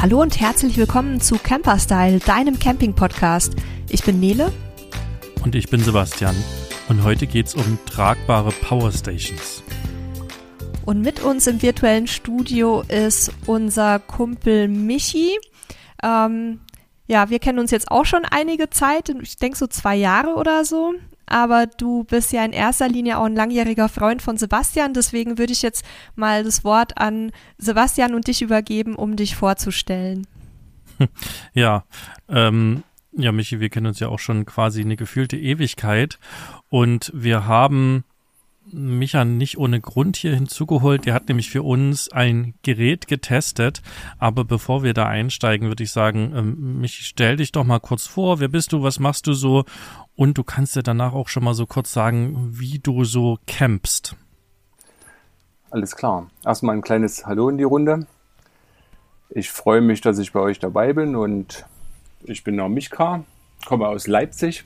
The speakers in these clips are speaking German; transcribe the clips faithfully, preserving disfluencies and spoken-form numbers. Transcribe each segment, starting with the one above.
Hallo und herzlich willkommen zu Camperstyle, deinem Camping-Podcast. Ich bin Nele. Und ich bin Sebastian. Und heute geht's um tragbare Powerstations. Und mit uns im virtuellen Studio ist unser Kumpel Michi. Ähm, ja, wir kennen uns jetzt auch schon einige Zeit, ich denke so zwei Jahre oder so. Aber du bist ja in erster Linie auch ein langjähriger Freund von Sebastian, deswegen würde ich jetzt mal das Wort an Sebastian und dich übergeben, um dich vorzustellen. Ja, ähm, ja, Michi, wir kennen uns ja auch schon quasi eine gefühlte Ewigkeit und wir haben Micha nicht ohne Grund hier hinzugeholt. Der hat nämlich für uns ein Gerät getestet, aber bevor wir da einsteigen, würde ich sagen, ähm, Michi, stell dich doch mal kurz vor, wer bist du, was machst du so? Und du kannst ja danach auch schon mal so kurz sagen, wie du so campst. Alles klar. Erstmal ein kleines Hallo in die Runde. Ich freue mich, dass ich bei euch dabei bin und ich bin der Micha, komme aus Leipzig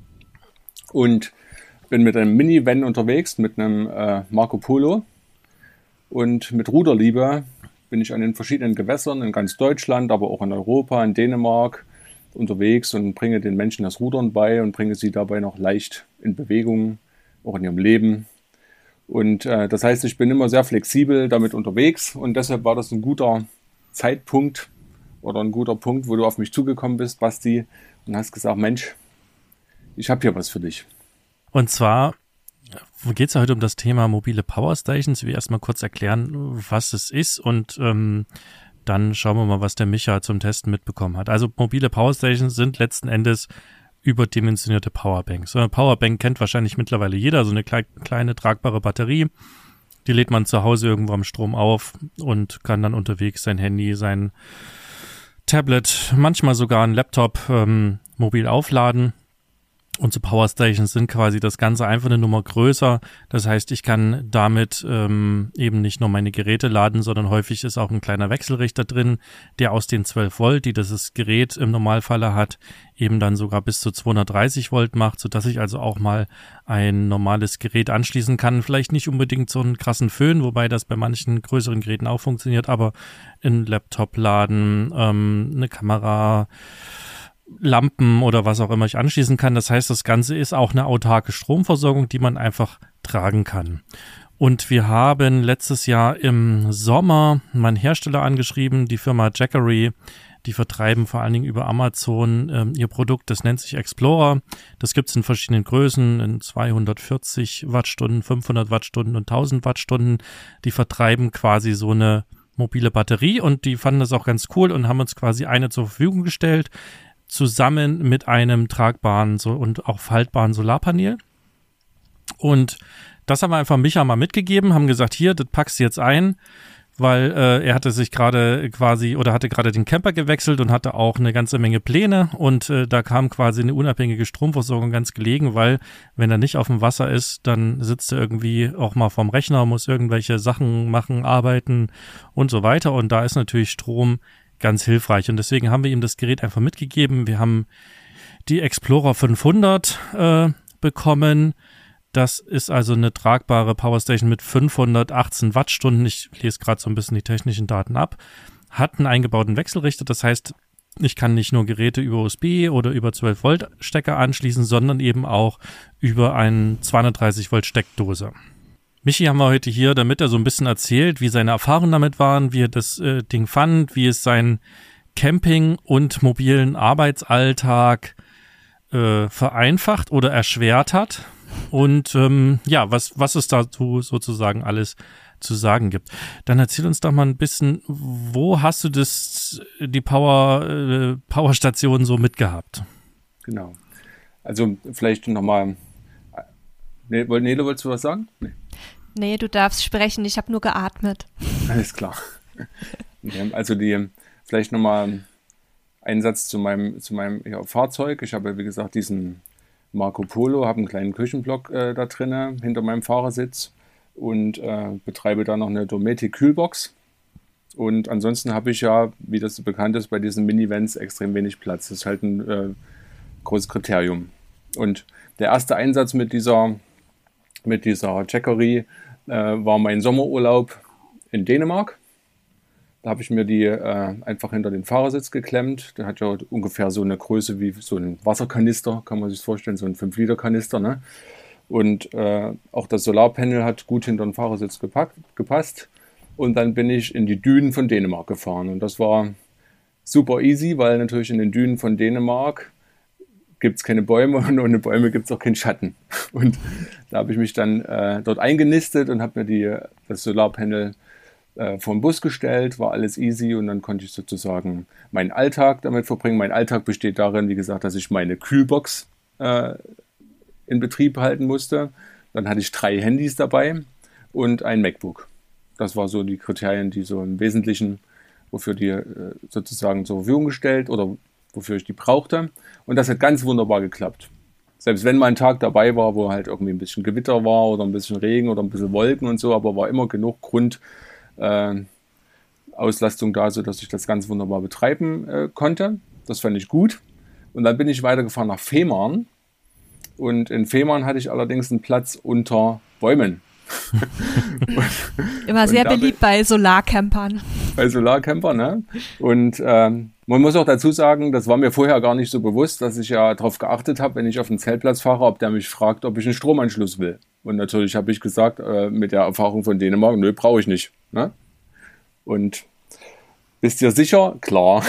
und bin mit einem Minivan unterwegs, mit einem äh, Marco Polo und mit Ruderliebe bin ich an den verschiedenen Gewässern in ganz Deutschland, aber auch in Europa, in Dänemark unterwegs und bringe den Menschen das Rudern bei und bringe sie dabei noch leicht in Bewegung, auch in ihrem Leben. Und äh, das heißt, ich bin immer sehr flexibel damit unterwegs und deshalb war das ein guter Zeitpunkt oder ein guter Punkt, wo du auf mich zugekommen bist, Basti, und hast gesagt, Mensch, ich habe hier was für dich. Und zwar geht es ja heute um das Thema mobile Powerstations. Ich will erstmal kurz erklären, was es ist und ähm, dann schauen wir mal, was der Micha zum Testen mitbekommen hat. Also mobile Powerstations sind letzten Endes überdimensionierte Powerbanks. So eine Powerbank kennt wahrscheinlich mittlerweile jeder, so eine klei- kleine tragbare Batterie. Die lädt man zu Hause irgendwo am Strom auf und kann dann unterwegs sein Handy, sein Tablet, manchmal sogar ein Laptop ähm, mobil aufladen. Und so Powerstations sind quasi das Ganze einfach eine Nummer größer. Das heißt, ich kann damit ähm, eben nicht nur meine Geräte laden, sondern häufig ist auch ein kleiner Wechselrichter drin, der aus den zwölf Volt, die das Gerät im Normalfalle hat, eben dann sogar bis zu zweihundertdreißig Volt macht, sodass ich also auch mal ein normales Gerät anschließen kann. Vielleicht nicht unbedingt so einen krassen Föhn, wobei das bei manchen größeren Geräten auch funktioniert, aber ein Laptop laden, ähm, eine Kamera, Lampen oder was auch immer ich anschließen kann. Das heißt, das Ganze ist auch eine autarke Stromversorgung, die man einfach tragen kann. Und wir haben letztes Jahr im Sommer meinen Hersteller angeschrieben, die Firma Jackery. Die vertreiben vor allen Dingen über Amazon ähm, ihr Produkt, das nennt sich Explorer. Das gibt es in verschiedenen Größen, in zweihundertvierzig Wattstunden, fünfhundert Wattstunden und tausend Wattstunden. Die vertreiben quasi so eine mobile Batterie und die fanden das auch ganz cool und haben uns quasi eine zur Verfügung gestellt, zusammen mit einem tragbaren so und auch faltbaren Solarpanel. Und das haben wir einfach Micha mal mitgegeben, haben gesagt, hier, das packst du jetzt ein, weil äh, er hatte sich gerade quasi oder hatte gerade den Camper gewechselt und hatte auch eine ganze Menge Pläne und äh, da kam quasi eine unabhängige Stromversorgung ganz gelegen, weil wenn er nicht auf dem Wasser ist, dann sitzt er irgendwie auch mal vorm Rechner, muss irgendwelche Sachen machen, arbeiten und so weiter und da ist natürlich Strom ganz hilfreich und deswegen haben wir ihm das Gerät einfach mitgegeben. Wir haben die Explorer fünfhundert äh, bekommen. Das ist also eine tragbare Powerstation mit fünfhundertachtzehn Wattstunden. Ich lese gerade so ein bisschen die technischen Daten ab. Hat einen eingebauten Wechselrichter, das heißt, ich kann nicht nur Geräte über U S B oder über zwölf Volt Stecker anschließen, sondern eben auch über eine zweihundertdreißig Volt Steckdose. Michi haben wir heute hier, damit er so ein bisschen erzählt, wie seine Erfahrungen damit waren, wie er das äh, Ding fand, wie es seinen Camping- und mobilen Arbeitsalltag äh, vereinfacht oder erschwert hat und ähm, ja, was, was es dazu sozusagen alles zu sagen gibt. Dann erzähl uns doch mal ein bisschen, wo hast du das, die Power, äh, Powerstation so mitgehabt? Genau. Also vielleicht nochmal, ne, Nele, wolltest du was sagen? Nee. Nee, du darfst sprechen, ich habe nur geatmet. Alles klar. Also die, vielleicht nochmal ein Satz zu meinem, zu meinem ja, Fahrzeug. Ich habe, wie gesagt, diesen Marco Polo, habe einen kleinen Küchenblock äh, da drin, hinter meinem Fahrersitz und äh, betreibe da noch eine Dometic-Kühlbox. Und ansonsten habe ich ja, wie das so bekannt ist, bei diesen Minivans extrem wenig Platz. Das ist halt ein äh, großes Kriterium. Und der erste Einsatz mit dieser mit dieser Jackery äh, war mein Sommerurlaub in Dänemark. Da habe ich mir die äh, einfach hinter den Fahrersitz geklemmt. Der hat ja ungefähr so eine Größe wie so ein Wasserkanister, kann man sich vorstellen, so ein fünf Liter Kanister. Ne? Und äh, auch das Solarpanel hat gut hinter den Fahrersitz gepackt, gepasst. Und dann bin ich in die Dünen von Dänemark gefahren. Und das war super easy, weil natürlich in den Dünen von Dänemark gibt es keine Bäume und ohne Bäume gibt es auch keinen Schatten. Und da habe ich mich dann äh, dort eingenistet und habe mir die, das Solarpanel äh, vor den Bus gestellt, war alles easy und dann konnte ich sozusagen meinen Alltag damit verbringen. Mein Alltag besteht darin, wie gesagt, dass ich meine Kühlbox äh, in Betrieb halten musste. Dann hatte ich drei Handys dabei und ein MacBook. Das war so die Kriterien, die so im Wesentlichen, wofür die äh, sozusagen zur Verfügung gestellt oder wofür ich die brauchte. Und das hat ganz wunderbar geklappt. Selbst wenn mal ein Tag dabei war, wo halt irgendwie ein bisschen Gewitter war oder ein bisschen Regen oder ein bisschen Wolken und so, aber war immer genug Grund, äh, Auslastung da, sodass ich das ganz wunderbar betreiben äh, konnte. Das fand ich gut. Und dann bin ich weitergefahren nach Fehmarn. Und in Fehmarn hatte ich allerdings einen Platz unter Bäumen. Immer sehr beliebt bei Solarcampern. Bei Solarcampern, ne? Und ähm, man muss auch dazu sagen, das war mir vorher gar nicht so bewusst, dass ich ja darauf geachtet habe, wenn ich auf den Zeltplatz fahre, ob der mich fragt, ob ich einen Stromanschluss will. Und natürlich habe ich gesagt, äh, mit der Erfahrung von Dänemark, nö, brauche ich nicht. Ne? Und bist ihr sicher? Klar.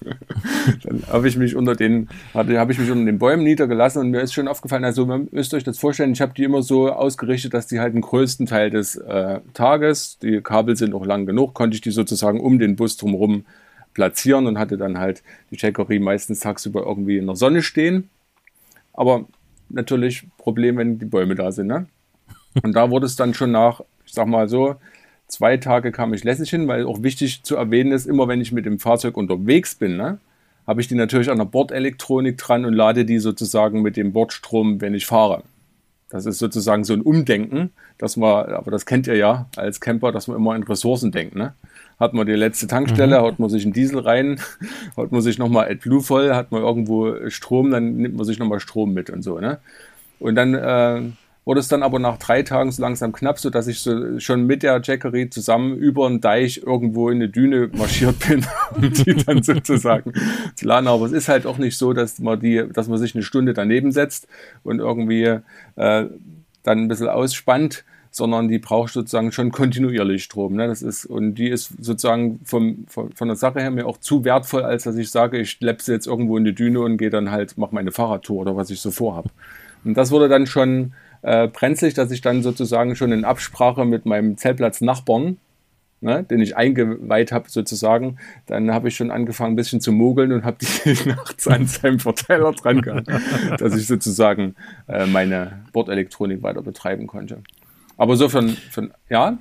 Dann habe ich mich unter den, habe ich mich unter den Bäumen niedergelassen und mir ist schon aufgefallen, also man müsst euch das vorstellen, ich habe die immer so ausgerichtet, dass die halt den größten Teil des äh, Tages, die Kabel sind auch lang genug, konnte ich die sozusagen um den Bus drumherum platzieren und hatte dann halt die Jackery meistens tagsüber irgendwie in der Sonne stehen. Aber natürlich Problem, wenn die Bäume da sind. Ne? Und da wurde es dann schon nach, ich sag mal so, zwei Tage kam ich lässig hin, weil auch wichtig zu erwähnen ist, immer wenn ich mit dem Fahrzeug unterwegs bin, ne, habe ich die natürlich an der Bordelektronik dran und lade die sozusagen mit dem Bordstrom, wenn ich fahre. Das ist sozusagen so ein Umdenken, dass man, aber das kennt ihr ja als Camper, dass man immer in Ressourcen denkt. Ne? Hat man die letzte Tankstelle, mhm. haut man sich einen Diesel rein, haut man sich nochmal AdBlue voll, hat man irgendwo Strom, dann nimmt man sich nochmal Strom mit und so. Ne? Und dann äh, wurde es dann aber nach drei Tagen so langsam knapp, sodass ich so schon mit der Jackery zusammen über einen Deich irgendwo in eine Düne marschiert bin, um die dann sozusagen zu laden. Aber es ist halt auch nicht so, dass man die, dass man sich eine Stunde daneben setzt und irgendwie äh, dann ein bisschen ausspannt, sondern die braucht sozusagen schon kontinuierlich Strom. Ne? Das ist, und die ist sozusagen vom, von, von der Sache her mir auch zu wertvoll, als dass ich sage, ich schleppe sie jetzt irgendwo in die Düne und gehe dann halt, mache meine Fahrradtour oder was ich so vorhabe. Und das wurde dann schon Äh, brenzlig, dass ich dann sozusagen schon in Absprache mit meinem Zeltplatz-Nachbarn, ne, den ich eingeweiht habe sozusagen, dann habe ich schon angefangen ein bisschen zu mogeln und habe die nachts an seinem Verteiler dran gehabt, dass ich sozusagen äh, meine Bordelektronik weiter betreiben konnte. Aber so von, von ja.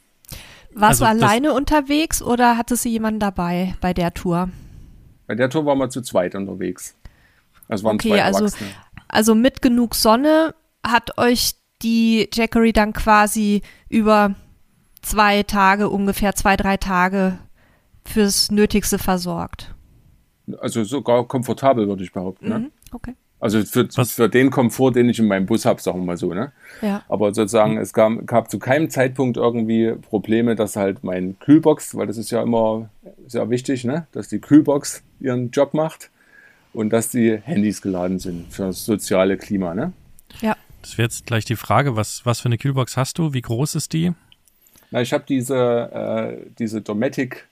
Warst Also du alleine unterwegs oder hattest du jemanden dabei bei der Tour? Bei der Tour waren wir zu zweit unterwegs. Das waren okay, zwei also, Erwachsene. Also mit genug Sonne hat euch die Jackery dann quasi über zwei Tage, ungefähr zwei, drei Tage fürs Nötigste versorgt. Also sogar komfortabel, würde ich behaupten. Ne? Mhm, okay. Also für, für den Komfort, den ich in meinem Bus habe, sagen wir mal so. Ne? Ja. Aber sozusagen, mhm. es gab, gab zu keinem Zeitpunkt irgendwie Probleme, dass halt mein Kühlbox, weil das ist ja immer sehr wichtig, ne? Dass die Kühlbox ihren Job macht und dass die Handys geladen sind für das soziale Klima. Ne? Ja. Das wäre jetzt gleich die Frage, was, was für eine Kühlbox hast du? Wie groß ist die? Na, ich habe diese, äh, diese Dometic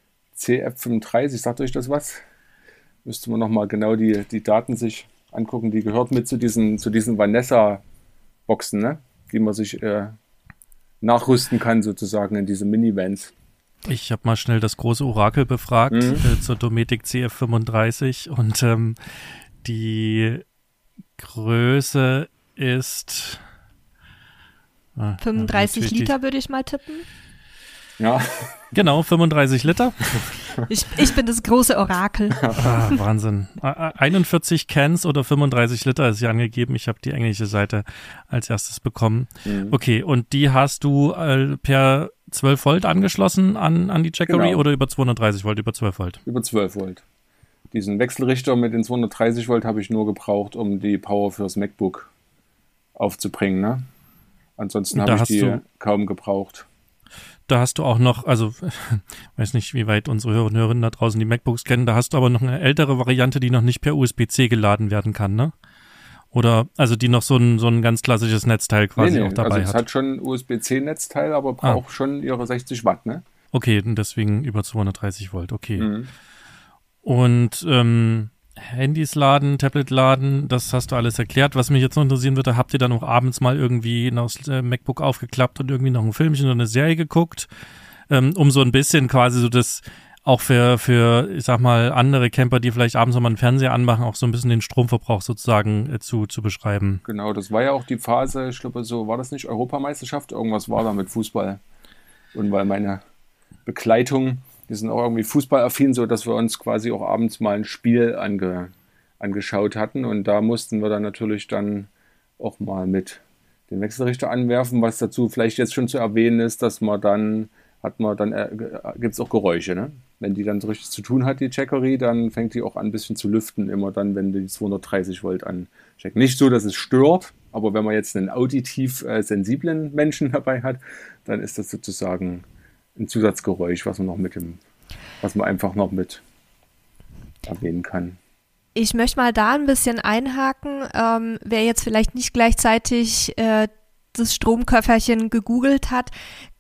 C F fünfunddreißig, sagt euch das was? Müsste man nochmal genau die, die Daten sich angucken. Die gehört mit zu diesen, zu diesen Vanessa-Boxen, ne? Die man sich äh, nachrüsten kann sozusagen in diese Minivans. Ich habe mal schnell das große Orakel befragt mhm. äh, zur Dometic C F fünfunddreißig und ähm, die Größe ist ah, fünfunddreißig Liter, würde ich mal tippen. Ja. Genau, fünfunddreißig Liter. Ich, ich bin das große Orakel. Ah, Wahnsinn. einundvierzig Cans oder fünfunddreißig Liter ist hier angegeben. Ich habe die englische Seite als erstes bekommen. Mhm. Okay, und die hast du äh, per zwölf Volt angeschlossen an, an die Jackery genau. oder über zweihundertdreißig Volt, über zwölf Volt? Über zwölf Volt. Diesen Wechselrichter mit den zweihundertdreißig Volt habe ich nur gebraucht, um die Power fürs MacBook aufzubringen. Ne? Ansonsten habe ich die du, kaum gebraucht. da hast du auch noch, also weiß nicht, wie weit unsere Hörer und Hörerinnen da draußen die MacBooks kennen, da hast du aber noch eine ältere Variante, die noch nicht per U S B C geladen werden kann, ne? Oder, also die noch so ein, so ein ganz klassisches Netzteil quasi nee, nee, auch dabei also es hat. Es hat schon ein U S B C-Netzteil, aber braucht ah. schon ihre sechzig Watt, ne? Okay, deswegen über zweihundertdreißig Volt, okay. Mhm. Und ähm, Handys laden, Tablet laden, das hast du alles erklärt. Was mich jetzt noch interessieren würde, habt ihr dann auch abends mal irgendwie noch das äh, MacBook aufgeklappt und irgendwie noch ein Filmchen oder eine Serie geguckt, ähm, um so ein bisschen quasi so das auch für, für, ich sag mal, andere Camper, die vielleicht abends nochmal einen Fernseher anmachen, auch so ein bisschen den Stromverbrauch sozusagen äh, zu, zu beschreiben. Genau, das war ja auch die Phase, ich glaube so, war das nicht Europameisterschaft? Irgendwas war da mit Fußball. Und weil meine Begleitung, wir sind auch irgendwie fußballaffin, so dass wir uns quasi auch abends mal ein Spiel ange, angeschaut hatten. Und da mussten wir dann natürlich dann auch mal mit den Wechselrichter anwerfen, was dazu vielleicht jetzt schon zu erwähnen ist, dass man dann, hat man dann, äh, gibt es auch Geräusche, ne? Wenn die dann so richtig zu tun hat, die Jackery, dann fängt die auch an ein bisschen zu lüften, immer dann, wenn die zweihundertdreißig Volt ancheckt. Nicht so, dass es stört, aber wenn man jetzt einen auditiv äh, sensiblen Menschen dabei hat, dann ist das sozusagen ein Zusatzgeräusch, was man noch mit dem, was man einfach noch mit erwähnen kann. Ich möchte mal da ein bisschen einhaken. Ähm, wer jetzt vielleicht nicht gleichzeitig äh, das Stromköfferchen gegoogelt hat,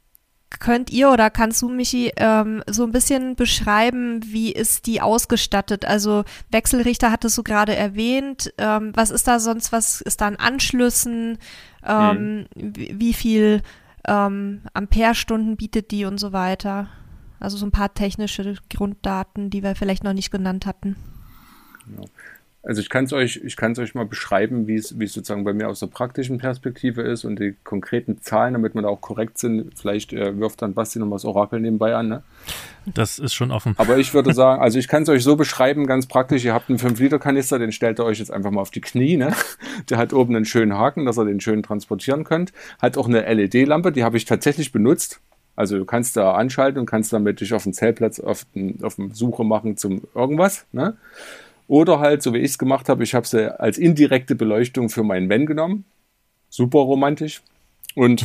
könnt ihr oder kannst du, Michi, ähm, so ein bisschen beschreiben, wie ist die ausgestattet? Also Wechselrichter hattest du gerade erwähnt. Ähm, was ist da sonst, was ist da an Anschlüssen? Ähm, hm. wie, wie viel Ähm, Amperestunden bietet die und so weiter. Also so ein paar technische Grunddaten, die wir vielleicht noch nicht genannt hatten. Genau. Also ich kann es euch, ich kann es euch mal beschreiben, wie es, wie es sozusagen bei mir aus der praktischen Perspektive ist und die konkreten Zahlen, damit wir da auch korrekt sind. Vielleicht äh, wirft dann Basti noch mal das Orakel nebenbei an, ne? Das ist schon offen. Aber ich würde sagen, also ich kann es euch so beschreiben, ganz praktisch, ihr habt einen fünf Liter Kanister, den stellt ihr euch jetzt einfach mal auf die Knie, ne? Der hat oben einen schönen Haken, dass ihr den schön transportieren könnt. Hat auch eine L E D-Lampe, die habe ich tatsächlich benutzt. Also du kannst da anschalten und kannst damit dich auf den Zeltplatz, auf den, auf den Suche machen zum irgendwas, ne? Oder halt, so wie ich es gemacht habe, ich habe sie als indirekte Beleuchtung für meinen Van genommen. Super romantisch. Und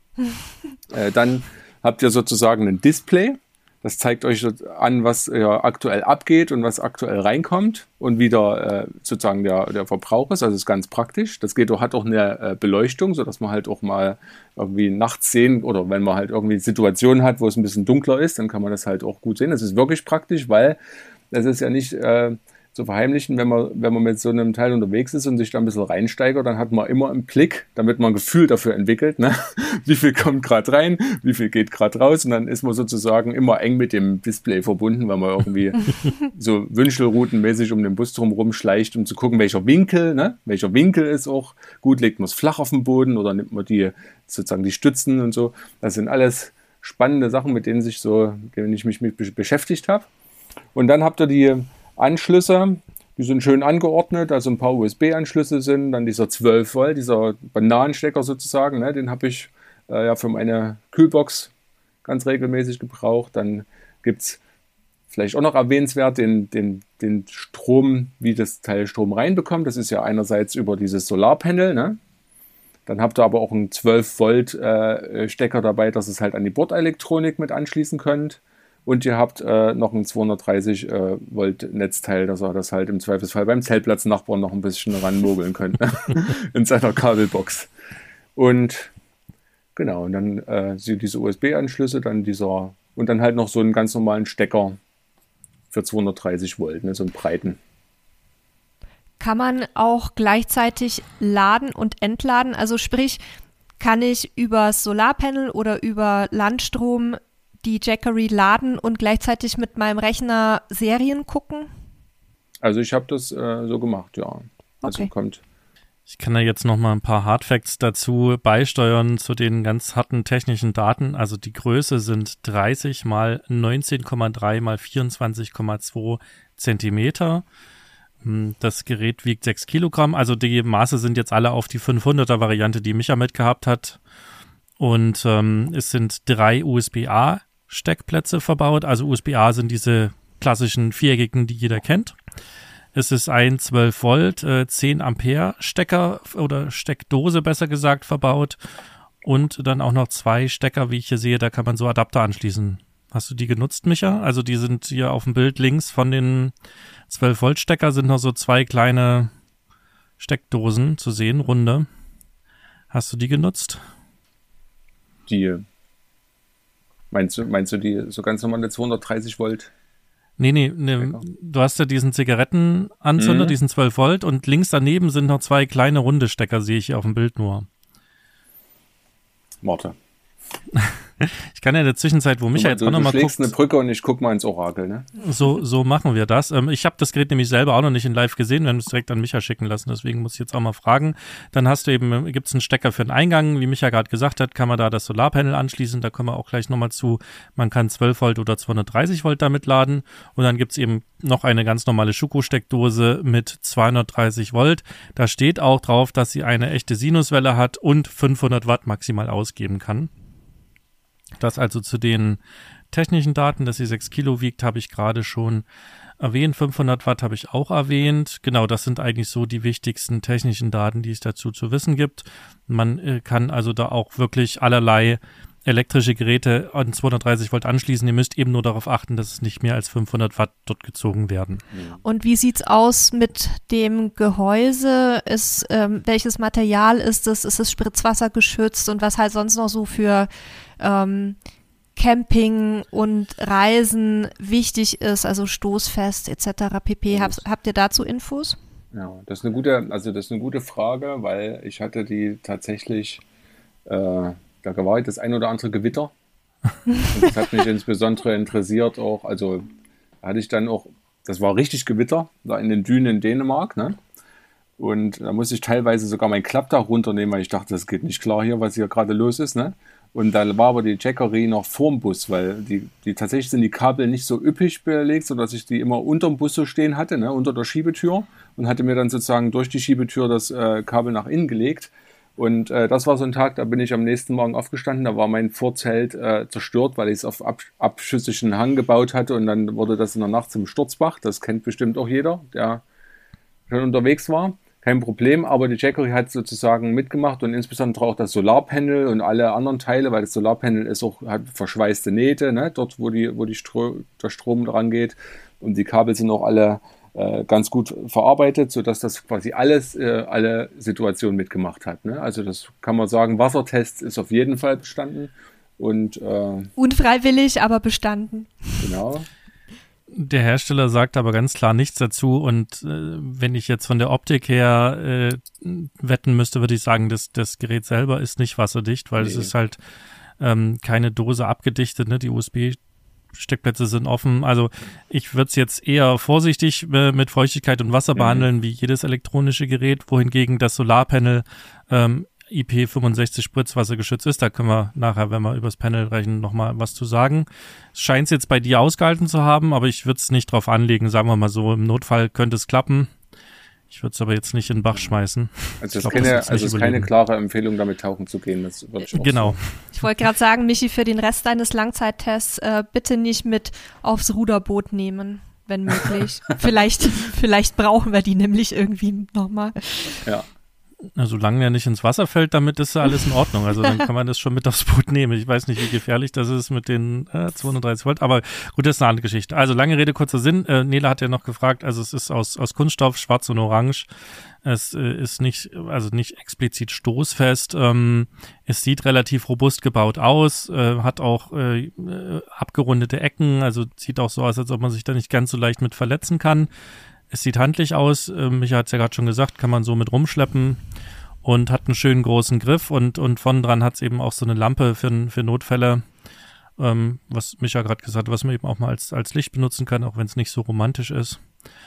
äh, dann habt ihr sozusagen ein Display. Das zeigt euch an, was äh, aktuell abgeht und was aktuell reinkommt und wie der, äh, sozusagen der, der Verbrauch ist. Also ist ganz praktisch. Das geht auch, hat auch eine äh, Beleuchtung, sodass man halt auch mal irgendwie nachts sehen oder wenn man halt irgendwie Situationen hat, wo es ein bisschen dunkler ist, dann kann man das halt auch gut sehen. Das ist wirklich praktisch, weil das ist ja nicht äh, zu verheimlichen, wenn man, wenn man mit so einem Teil unterwegs ist und sich da ein bisschen reinsteigert, dann hat man immer im Blick, damit man ein Gefühl dafür entwickelt, ne? Wie viel kommt gerade rein, wie viel geht gerade raus und dann ist man sozusagen immer eng mit dem Display verbunden, weil man irgendwie so wünschelroutenmäßig um den Bus drumherum schleicht, um zu gucken, welcher Winkel, ne? Welcher Winkel ist auch gut, legt man es flach auf den Boden oder nimmt man die sozusagen die Stützen und so. Das sind alles spannende Sachen, mit denen sich so, denen ich mich mit beschäftigt habe. Und dann habt ihr die Anschlüsse, die sind schön angeordnet, also ein paar U S B-Anschlüsse sind, dann dieser zwölf Volt, dieser Bananenstecker sozusagen, ne, den habe ich äh, ja für meine Kühlbox ganz regelmäßig gebraucht. Dann gibt es vielleicht auch noch erwähnenswert den, den, den Strom, wie das Teil Strom reinbekommt. Das ist ja einerseits über dieses Solarpanel, ne? Dann habt ihr aber auch einen zwölf Volt äh, Stecker dabei, dass ihr es halt an die Bordelektronik mit anschließen könnt. Und ihr habt äh, noch ein zweihundertdreißig äh, Volt Netzteil, dass ihr das halt im Zweifelsfall beim Zeltplatznachbarn noch ein bisschen ranmogeln könnt, ne? In seiner Kabelbox. Und genau, und dann äh, diese U S B-Anschlüsse, dann dieser und dann halt noch so einen ganz normalen Stecker für zweihundertdreißig Volt, ne, so einen breiten. Kann man auch gleichzeitig laden und entladen? Also sprich, kann ich über Solarpanel oder über Landstrom die Jackery laden und gleichzeitig mit meinem Rechner Serien gucken? Also ich habe das äh, so gemacht, ja. Also okay. kommt. Ich kann da jetzt noch mal ein paar Hardfacts dazu beisteuern zu den ganz harten technischen Daten. Also die Größe sind dreißig mal neunzehn Komma drei mal vierundzwanzig Komma zwei Zentimeter. Das Gerät wiegt sechs Kilogramm. Also die Maße sind jetzt alle auf die fünfhunderter Variante, die Micha mitgehabt hat. Und ähm, es sind drei U S B A Steckplätze verbaut. Also U S B A sind diese klassischen viereckigen, die jeder kennt. Es ist ein zwölf Volt, äh, zehn Ampere Stecker oder Steckdose besser gesagt verbaut und dann auch noch zwei Stecker, wie ich hier sehe, da kann man so Adapter anschließen. Hast du die genutzt, Micha? Also die sind hier auf dem Bild links von den zwölf Volt Stecker sind noch so zwei kleine Steckdosen zu sehen, runde. Hast du die genutzt? Die, meinst du, meinst du die so ganz normale zweihundertdreißig Volt? Nee, nee, nee, du hast ja diesen Zigarettenanzünder, mhm. diesen zwölf Volt und links daneben sind noch zwei kleine runde Stecker, sehe ich hier auf dem Bild nur. Warte. Ich kann ja in der Zwischenzeit, wo Micha jetzt auch nochmal guckt. Du schlägst eine Brücke und ich guck mal ins Orakel, ne? So, so machen wir das. Ähm, ich habe das Gerät nämlich selber auch noch nicht in live gesehen, wir haben es direkt an Micha schicken lassen, deswegen muss ich jetzt auch mal fragen. Dann hast du eben, gibt es einen Stecker für den Eingang, wie Micha gerade gesagt hat, kann man da das Solarpanel anschließen, da kommen wir auch gleich nochmal zu. Man kann zwölf Volt oder zweihundertdreißig Volt damit laden und dann gibt es eben noch eine ganz normale Schuko-Steckdose mit zweihundertdreißig Volt. Da steht auch drauf, dass sie eine echte Sinuswelle hat und fünfhundert Watt maximal ausgeben kann. Das also zu den technischen Daten, dass sie sechs Kilo wiegt, habe ich gerade schon erwähnt. fünfhundert Watt habe ich auch erwähnt. Genau, das sind eigentlich so die wichtigsten technischen Daten, die es dazu zu wissen gibt. Man äh, kann also da auch wirklich allerlei elektrische Geräte an zweihundertdreißig Volt anschließen. Ihr müsst eben nur darauf achten, dass es nicht mehr als fünfhundert Watt dort gezogen werden. Und wie sieht's aus mit dem Gehäuse? Ist, ähm, welches Material ist es? Ist es spritzwassergeschützt? Und was halt sonst noch so für ähm, Camping und Reisen wichtig ist, also stoßfest et cetera pp. Hab, habt ihr dazu Infos? Ja, das ist eine gute, also das ist eine gute Frage, weil ich hatte die tatsächlich äh, da war das ein oder andere Gewitter. Und das hat mich insbesondere interessiert auch, also hatte ich dann auch, das war richtig Gewitter, da in den Dünen in Dänemark, ne? Und da musste ich teilweise sogar mein Klappdach runternehmen, weil ich dachte, das geht nicht klar hier, was hier gerade los ist, ne? Und da war aber die Jackery noch vorm Bus, weil die, die tatsächlich sind die Kabel nicht so üppig belegt, sodass ich die immer unterm Bus so stehen hatte, ne? Unter der Schiebetür und hatte mir dann sozusagen durch die Schiebetür das äh, Kabel nach innen gelegt. Und äh, das war so ein Tag, da bin ich am nächsten Morgen aufgestanden, da war mein Vorzelt äh, zerstört, weil ich es auf ab, abschüssigen Hang gebaut hatte und dann wurde das in der Nacht zum Sturzbach. Das kennt bestimmt auch jeder, der schon unterwegs war. Kein Problem, aber die Jackery hat sozusagen mitgemacht und insbesondere auch das Solarpanel und alle anderen Teile, weil das Solarpanel ist auch, hat verschweißte Nähte, ne, dort wo die, wo die Stro- der Strom dran geht und die Kabel sind auch alle ganz gut verarbeitet, sodass das quasi alles, äh, alle Situationen mitgemacht hat. Ne? Also das kann man sagen, Wassertest ist auf jeden Fall bestanden. Und, äh, unfreiwillig, aber bestanden. Genau. Der Hersteller sagt aber ganz klar nichts dazu und äh, wenn ich jetzt von der Optik her äh, wetten müsste, würde ich sagen, dass das Gerät selber ist nicht wasserdicht, weil nee. Es ist halt ähm, keine Dose abgedichtet, ne? Die U S B Steckplätze sind offen. Also ich würde es jetzt eher vorsichtig äh, mit Feuchtigkeit und Wasser mhm. behandeln, wie jedes elektronische Gerät, wohingegen das Solarpanel ähm, I P fünfundsechzig Spritzwasser geschützt ist. Da können wir nachher, wenn wir übers Panel rechnen, nochmal was zu sagen. Es scheint es jetzt bei dir ausgehalten zu haben, aber ich würde es nicht drauf anlegen, sagen wir mal so. Im Notfall könnte es klappen. Ich würde es aber jetzt nicht in den Bach schmeißen. Also es ist keine, also ist keine klare Empfehlung, damit tauchen zu gehen. Das würde ich auch genau. sagen. Ich wollte gerade sagen, Michi, für den Rest deines Langzeittests äh, bitte nicht mit aufs Ruderboot nehmen, wenn möglich. vielleicht, vielleicht brauchen wir die nämlich irgendwie nochmal. Ja. Also solange er nicht ins Wasser fällt, damit ist ja alles in Ordnung. Also dann kann man das schon mit aufs Boot nehmen. Ich weiß nicht, wie gefährlich das ist mit den äh, zweihundertdreißig Volt, aber gut, das ist eine andere Geschichte. Also lange Rede, kurzer Sinn. Äh, Nela hat ja noch gefragt, also es ist aus, aus Kunststoff, schwarz und orange. Es äh, ist nicht, also nicht explizit stoßfest. Ähm, es sieht relativ robust gebaut aus, äh, hat auch äh, abgerundete Ecken, also sieht auch so aus, als ob man sich da nicht ganz so leicht mit verletzen kann. Es sieht handlich aus, äh, Micha hat es ja gerade schon gesagt, kann man so mit rumschleppen und hat einen schönen großen Griff und, und vorn dran hat es eben auch so eine Lampe für, für Notfälle, ähm, was Micha gerade gesagt hat, was man eben auch mal als, als Licht benutzen kann, auch wenn es nicht so romantisch ist.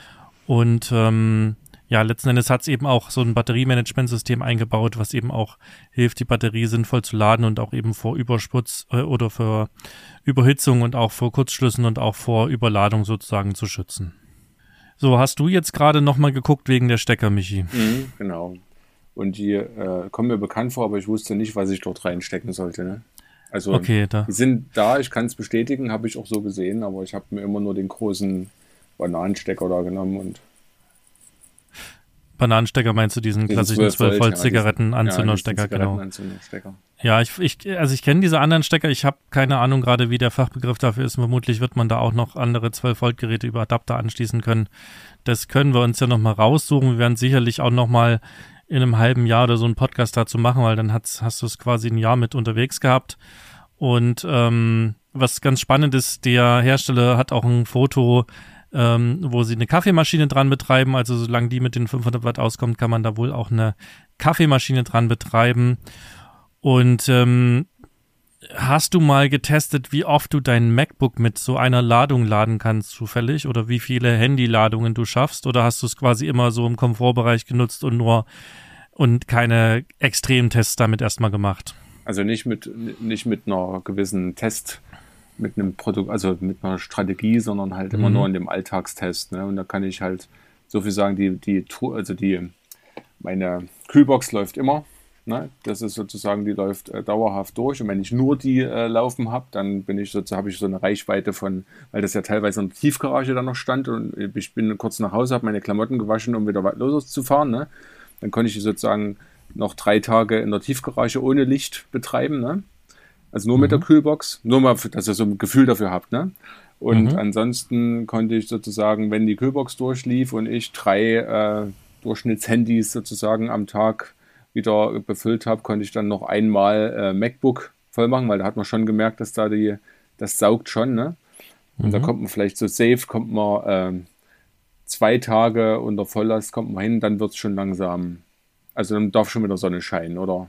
Und ähm, ja, letzten Endes hat es eben auch so ein Batteriemanagementsystem eingebaut, was eben auch hilft, die Batterie sinnvoll zu laden und auch eben vor Übersputz äh, oder vor Überhitzung und auch vor Kurzschlüssen und auch vor Überladung sozusagen zu schützen. So, hast du jetzt gerade nochmal geguckt wegen der Stecker, Michi? Mhm, genau. Und die äh, kommen mir bekannt vor, aber ich wusste nicht, was ich dort reinstecken sollte. Ne? Also okay, da. Die sind da, ich kann es bestätigen, habe ich auch so gesehen, aber ich habe mir immer nur den großen Bananenstecker da genommen. Und Bananenstecker meinst du, diesen Diesen klassischen zwölf Volt ja, Zigaretten-Anzünderstecker, ja, diesen genau. Zigarettenanzünderstecker. Ja, ich, ich, also ich kenne diese anderen Stecker, ich habe keine Ahnung gerade, wie der Fachbegriff dafür ist. Vermutlich wird man da auch noch andere zwölf Volt Geräte über Adapter anschließen können. Das können wir uns ja nochmal raussuchen. Wir werden sicherlich auch nochmal in einem halben Jahr oder so einen Podcast dazu machen, weil dann hast, hast du es quasi ein Jahr mit unterwegs gehabt. Und ähm, was ganz spannend ist, der Hersteller hat auch ein Foto, ähm, wo sie eine Kaffeemaschine dran betreiben. Also solange die mit den fünfhundert Watt auskommt, kann man da wohl auch eine Kaffeemaschine dran betreiben. Und ähm, hast du mal getestet, wie oft du dein MacBook mit so einer Ladung laden kannst zufällig? Oder wie viele Handyladungen du schaffst? Oder hast du es quasi immer so im Komfortbereich genutzt und nur und keine Extremtests damit erstmal gemacht? Also nicht mit, nicht mit einer gewissen Test, mit einem Produkt, also mit einer Strategie, sondern halt immer Mhm. nur in dem Alltagstest. Ne? Und da kann ich halt so viel sagen, die, die, also die, meine Kühlbox läuft immer. Ne? Das ist sozusagen, die läuft äh, dauerhaft durch. Und wenn ich nur die äh, laufen habe, dann bin ich sozusagen, habe ich so eine Reichweite von, weil das ja teilweise in der Tiefgarage dann noch stand und ich bin kurz nach Hause, habe meine Klamotten gewaschen, um wieder loszufahren. Ne? Dann konnte ich sozusagen noch drei Tage in der Tiefgarage ohne Licht betreiben, ne? Also nur mhm. mit der Kühlbox, nur mal, dass ihr so ein Gefühl dafür habt, ne? Und mhm. ansonsten konnte ich sozusagen, wenn die Kühlbox durchlief und ich drei äh, Durchschnittshandys sozusagen am Tag wieder befüllt habe, konnte ich dann noch einmal äh, MacBook voll machen, weil da hat man schon gemerkt, dass da die, das saugt schon, ne? Und mhm. da kommt man vielleicht so safe, kommt man äh, zwei Tage unter Volllast, kommt man hin, dann wird es schon langsam. Also dann darf schon wieder Sonne scheinen, oder?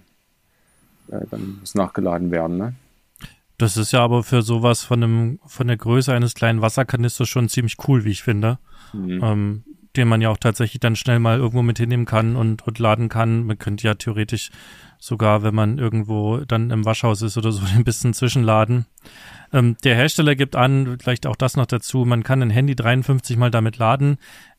Äh, dann muss nachgeladen werden, ne? Das ist ja aber für sowas von einem, von der Größe eines kleinen Wasserkanisters schon ziemlich cool, wie ich finde. Mhm. Ähm, den man ja auch tatsächlich dann schnell mal irgendwo mit hinnehmen kann und, und laden kann. Man könnte ja theoretisch sogar, wenn man irgendwo dann im Waschhaus ist oder so, ein bisschen zwischenladen. Ähm, der Hersteller gibt an, vielleicht auch das noch dazu, man kann ein Handy dreiundfünfzig Mal damit laden.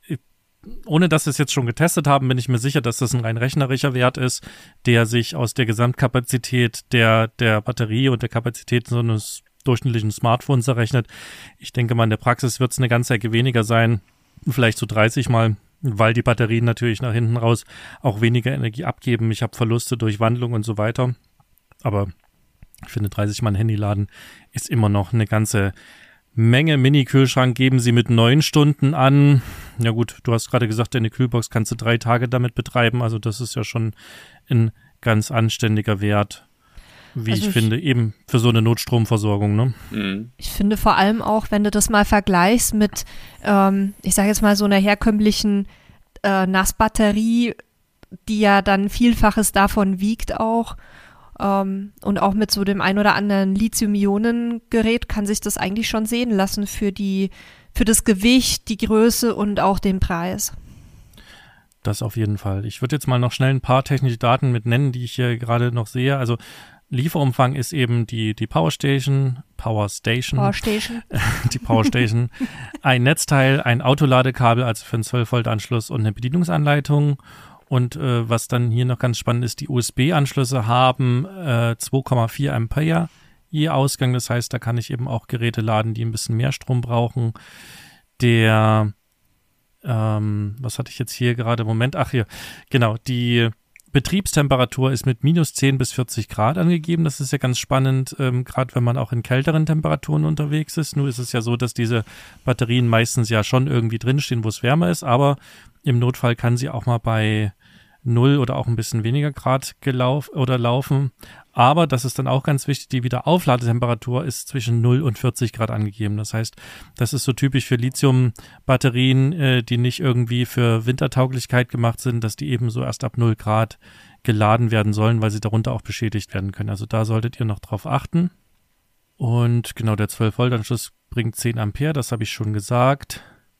Ohne dass wir es jetzt schon getestet haben, bin ich mir sicher, dass das ein rein rechnerischer Wert ist, der sich aus der Gesamtkapazität der, der Batterie und der Kapazität so eines durchschnittlichen Smartphones errechnet. Ich denke mal, in der Praxis wird es eine ganze Ecke weniger sein, vielleicht so dreißig Mal, weil die Batterien natürlich nach hinten raus auch weniger Energie abgeben. Ich habe Verluste durch Wandlung und so weiter. Aber ich finde, dreißig Mal ein Handy laden ist immer noch eine ganze Menge. Mini-Kühlschrank geben sie mit neun Stunden an. Ja gut, du hast gerade gesagt, deine Kühlbox kannst du drei Tage damit betreiben. Also das ist ja schon ein ganz anständiger Wert, wie also ich, ich finde, eben für so eine Notstromversorgung. Ne? Mhm. Ich finde vor allem auch, wenn du das mal vergleichst mit, ähm, ich sage jetzt mal so einer herkömmlichen äh, Nassbatterie, die ja dann Vielfaches davon wiegt auch, Um, und auch mit so dem ein oder anderen Lithium-Ionen-Gerät kann sich das eigentlich schon sehen lassen für die, für das Gewicht, die Größe und auch den Preis. Das auf jeden Fall. Ich würde jetzt mal noch schnell ein paar technische Daten mit nennen, die ich hier gerade noch sehe. Also Lieferumfang ist eben die, die Powerstation, Powerstation, Powerstation. die Powerstation, ein Netzteil, ein Autoladekabel, also für einen zwölf Volt Anschluss und eine Bedienungsanleitung. Und äh, was dann hier noch ganz spannend ist, die U S B-Anschlüsse haben äh, zwei Komma vier Ampere je Ausgang. Das heißt, da kann ich eben auch Geräte laden, die ein bisschen mehr Strom brauchen. Der, ähm, was hatte ich jetzt hier gerade? Moment, ach hier, genau, die Betriebstemperatur ist mit minus zehn bis vierzig Grad angegeben. Das ist ja ganz spannend, ähm, gerade wenn man auch in kälteren Temperaturen unterwegs ist. Nur ist es ja so, dass diese Batterien meistens ja schon irgendwie drinstehen, wo es wärmer ist, aber im Notfall kann sie auch mal bei null oder auch ein bisschen weniger Grad gelauf oder laufen. Aber das ist dann auch ganz wichtig, die Wiederaufladetemperatur ist zwischen null und vierzig Grad angegeben. Das heißt, das ist so typisch für Lithium-Batterien, äh, die nicht irgendwie für Wintertauglichkeit gemacht sind, dass die eben so erst ab null Grad geladen werden sollen, weil sie darunter auch beschädigt werden können. Also da solltet ihr noch drauf achten. Und genau, der zwölf Volt Anschluss bringt zehn Ampere, das habe ich schon gesagt.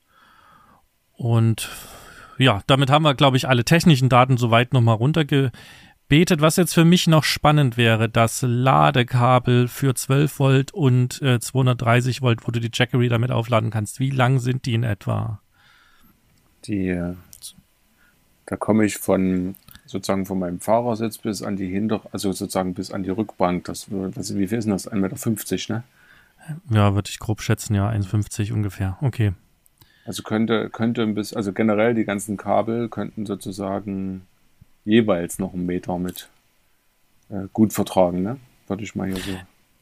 Und ja, damit haben wir, glaube ich, alle technischen Daten soweit nochmal runtergebetet. Was jetzt für mich noch spannend wäre, das Ladekabel für zwölf Volt und äh, zweihundertdreißig Volt, wo du die Jackery damit aufladen kannst. Wie lang sind die in etwa? Die, da komme ich von sozusagen von meinem Fahrersitz bis an die Hinter, also sozusagen bis an die Rückbank. Das, das, wie viel ist denn das? ein Meter fünfzig, ne? Ja, würde ich grob schätzen, ja, eins Komma fünfzig ungefähr. Okay. Also könnte, könnte ein bisschen, also generell die ganzen Kabel könnten sozusagen jeweils noch einen Meter mit äh, gut vertragen, ne? Würde ich mal hier so.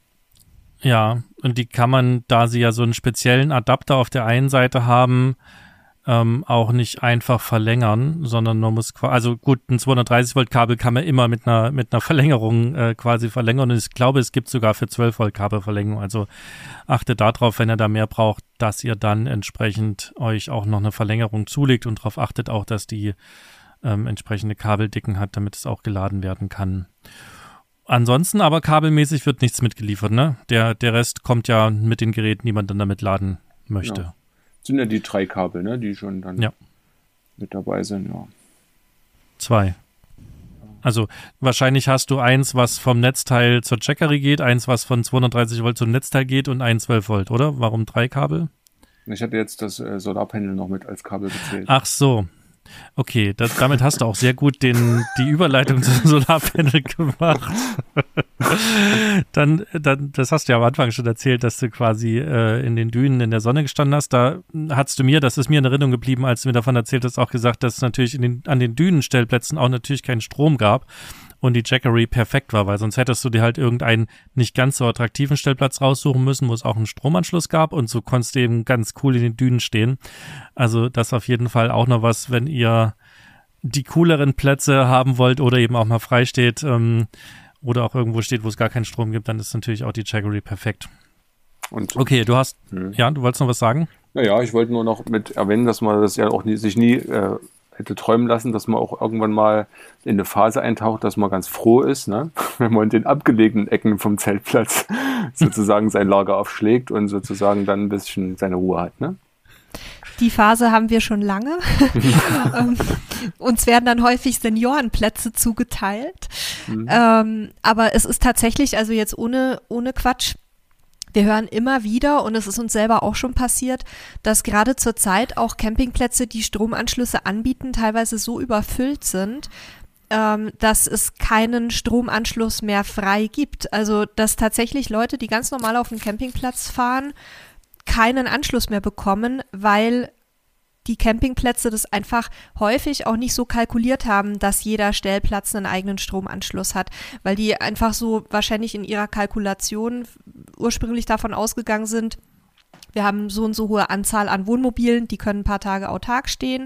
Ja, und die kann man, da sie ja so einen speziellen Adapter auf der einen Seite haben, ähm, auch nicht einfach verlängern, sondern man muss quasi, also gut, ein zweihundertdreißig Volt Kabel kann man immer mit einer mit einer Verlängerung äh, quasi verlängern und ich glaube, es gibt sogar für zwölf Volt Kabelverlängerung, also achtet darauf, wenn ihr da mehr braucht, dass ihr dann entsprechend euch auch noch eine Verlängerung zulegt und darauf achtet auch, dass die ähm, entsprechende Kabeldicken hat, damit es auch geladen werden kann. Ansonsten aber kabelmäßig wird nichts mitgeliefert, ne? Der, der Rest kommt ja mit den Geräten, die man dann damit laden möchte. Ja. Sind ja die drei Kabel, ne, die schon dann ja. mit dabei sind, ja. Zwei. Also wahrscheinlich hast du eins, was vom Netzteil zur Jackery geht, eins, was von zweihundertdreißig Volt zum Netzteil geht und ein zwölf Volt, oder? Warum drei Kabel? Ich hatte jetzt das äh, Solarpanel noch mit als Kabel gezählt. Ach so. Okay, das, damit hast du auch sehr gut den, die Überleitung zum Solarpanel gemacht. dann, dann, das hast du ja am Anfang schon erzählt, dass du quasi äh, in den Dünen in der Sonne gestanden hast. Da hast du mir, das ist mir in Erinnerung geblieben, als du mir davon erzählt hast, auch gesagt, dass es natürlich in den, an den Dünenstellplätzen auch natürlich keinen Strom gab und die Jackery perfekt war, weil sonst hättest du dir halt irgendeinen nicht ganz so attraktiven Stellplatz raussuchen müssen, wo es auch einen Stromanschluss gab und so konntest du eben ganz cool in den Dünen stehen. Also das auf jeden Fall auch noch was, wenn ihr die cooleren Plätze haben wollt oder eben auch mal frei steht ähm, oder auch irgendwo steht, wo es gar keinen Strom gibt, dann ist natürlich auch die Jackery perfekt. Und, okay, du hast, hm. ja, du wolltest noch was sagen? Naja, ich wollte nur noch mit erwähnen, dass man das ja auch nie, sich nie äh, hätte träumen lassen, dass man auch irgendwann mal in eine Phase eintaucht, dass man ganz froh ist, ne? Wenn man in den abgelegenen Ecken vom Zeltplatz sozusagen sein Lager aufschlägt und sozusagen dann ein bisschen seine Ruhe hat, ne? Die Phase haben wir schon lange. ähm, uns werden dann häufig Seniorenplätze zugeteilt. Mhm. Ähm, aber es ist tatsächlich, also jetzt ohne, ohne Quatsch, wir hören immer wieder, und es ist uns selber auch schon passiert, dass gerade zur Zeit auch Campingplätze, die Stromanschlüsse anbieten, teilweise so überfüllt sind, ähm, dass es keinen Stromanschluss mehr frei gibt. Also dass tatsächlich Leute, die ganz normal auf den Campingplatz fahren, keinen Anschluss mehr bekommen, weil die Campingplätze das einfach häufig auch nicht so kalkuliert haben, dass jeder Stellplatz einen eigenen Stromanschluss hat, weil die einfach so wahrscheinlich in ihrer Kalkulation ursprünglich davon ausgegangen sind, wir haben so und so hohe Anzahl an Wohnmobilen, die können ein paar Tage autark stehen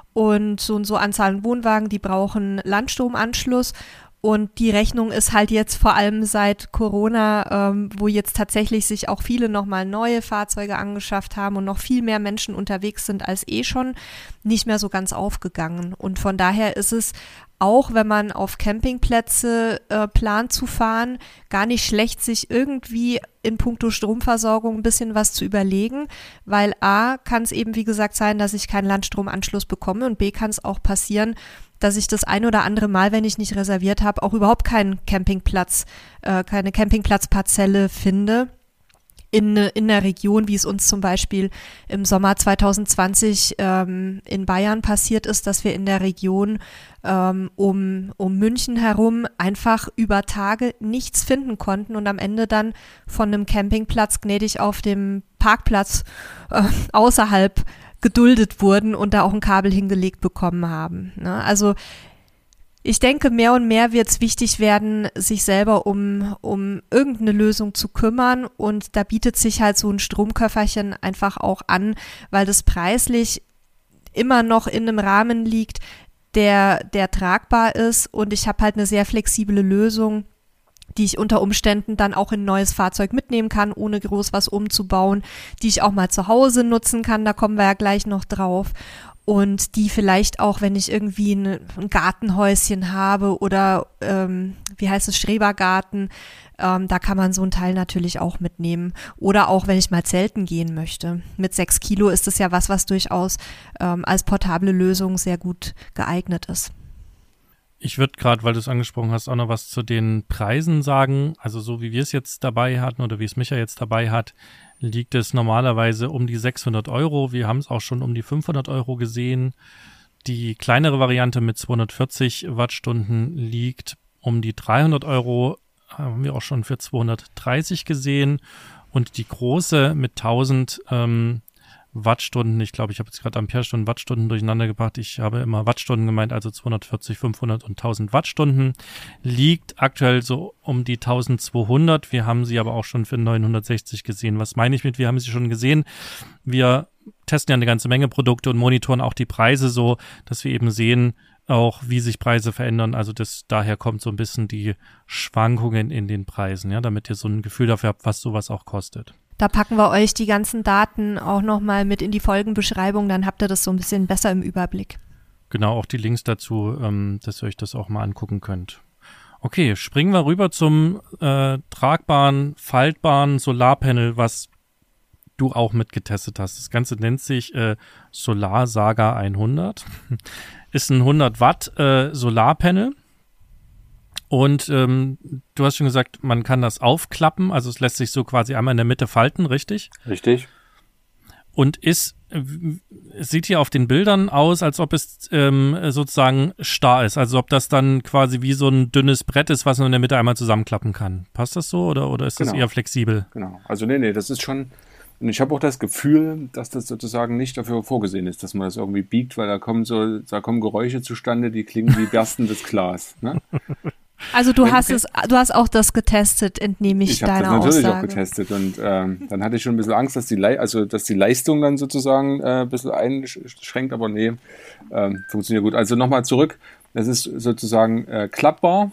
und so und so Anzahl an Wohnwagen, die brauchen Landstromanschluss. Und die Rechnung ist halt jetzt vor allem seit Corona, ähm, wo jetzt tatsächlich sich auch viele nochmal neue Fahrzeuge angeschafft haben und noch viel mehr Menschen unterwegs sind als eh schon, nicht mehr so ganz aufgegangen. Und von daher ist es auch, wenn man auf Campingplätze äh, plant zu fahren, gar nicht schlecht, sich irgendwie in puncto Stromversorgung ein bisschen was zu überlegen, weil A, kann es eben wie gesagt sein, dass ich keinen Landstromanschluss bekomme und B, kann es auch passieren, dass ich das ein oder andere Mal, wenn ich nicht reserviert habe, auch überhaupt keinen Campingplatz, äh, keine Campingplatzparzelle finde in, in der Region, wie es uns zum Beispiel im Sommer zwanzig zwanzig ähm, in Bayern passiert ist, dass wir in der Region ähm, um, um München herum einfach über Tage nichts finden konnten und am Ende dann von einem Campingplatz gnädig auf dem Parkplatz äh, außerhalb geduldet wurden und da auch ein Kabel hingelegt bekommen haben. Ne? Also ich denke, mehr und mehr wird es wichtig werden, sich selber um, um irgendeine Lösung zu kümmern und da bietet sich halt so ein Stromköfferchen einfach auch an, weil das preislich immer noch in einem Rahmen liegt, der, der tragbar ist und ich habe halt eine sehr flexible Lösung, die ich unter Umständen dann auch in ein neues Fahrzeug mitnehmen kann, ohne groß was umzubauen, die ich auch mal zu Hause nutzen kann, da kommen wir ja gleich noch drauf. Und die vielleicht auch, wenn ich irgendwie ein, ein Gartenhäuschen habe oder ähm, wie heißt es, Schrebergarten, ähm, da kann man so ein Teil natürlich auch mitnehmen. Oder auch, wenn ich mal zelten gehen möchte. Mit sechs Kilo ist es ja was, was durchaus ähm, als portable Lösung sehr gut geeignet ist. Ich würde gerade, weil du es angesprochen hast, auch noch was zu den Preisen sagen. Also so wie wir es jetzt dabei hatten oder wie es Micha jetzt dabei hat, liegt es normalerweise um die sechshundert Euro. Wir haben es auch schon um die fünfhundert Euro gesehen. Die kleinere Variante mit zweihundertvierzig Wattstunden liegt um die dreihundert Euro. Haben wir auch schon für zweihundertdreißig gesehen. Und die große mit tausend ähm, Wattstunden. Ich glaube, ich habe jetzt gerade Amperestunden, Wattstunden durcheinander gebracht. Ich habe immer Wattstunden gemeint, also zweihundertvierzig, fünfhundert und tausend Wattstunden. Liegt aktuell so um die eintausendzweihundert. Wir haben sie aber auch schon für neunhundertsechzig gesehen. Was meine ich mit, wir haben sie schon gesehen? Wir testen ja eine ganze Menge Produkte und monitoren auch die Preise so, dass wir eben sehen, auch wie sich Preise verändern. Also das, daher kommt so ein bisschen die Schwankungen in den Preisen, ja, damit ihr so ein Gefühl dafür habt, was sowas auch kostet. Da packen wir euch die ganzen Daten auch nochmal mit in die Folgenbeschreibung, dann habt ihr das so ein bisschen besser im Überblick. Genau, auch die Links dazu, ähm, dass ihr euch das auch mal angucken könnt. Okay, springen wir rüber zum äh, tragbaren, faltbaren Solarpanel, was du auch mitgetestet hast. Das Ganze nennt sich äh, Solar Saga hundert. Ist ein hundert Watt äh, Solarpanel. Und ähm, du hast schon gesagt, man kann das aufklappen, also es lässt sich so quasi einmal in der Mitte falten, richtig? Richtig. Und ist, es sieht hier auf den Bildern aus, als ob es ähm, sozusagen starr ist, also ob das dann quasi wie so ein dünnes Brett ist, was man in der Mitte einmal zusammenklappen kann. Passt das so oder, oder ist das Genau. eher flexibel? Genau, also nee, nee, das ist schon, und ich habe auch das Gefühl, dass das sozusagen nicht dafür vorgesehen ist, dass man das irgendwie biegt, weil da kommen so, da kommen Geräusche zustande, die klingen wie berstendes Glas, ne? Also du Wenn, hast okay. es, du hast auch das getestet, entnehme ich, ich habe deiner das natürlich Aussage. auch getestet und ähm, dann hatte ich schon ein bisschen Angst, dass die, Le- also, dass die Leistung dann sozusagen äh, ein bisschen einschränkt, aber nee, ähm, funktioniert gut. Also nochmal zurück, das ist sozusagen äh, klappbar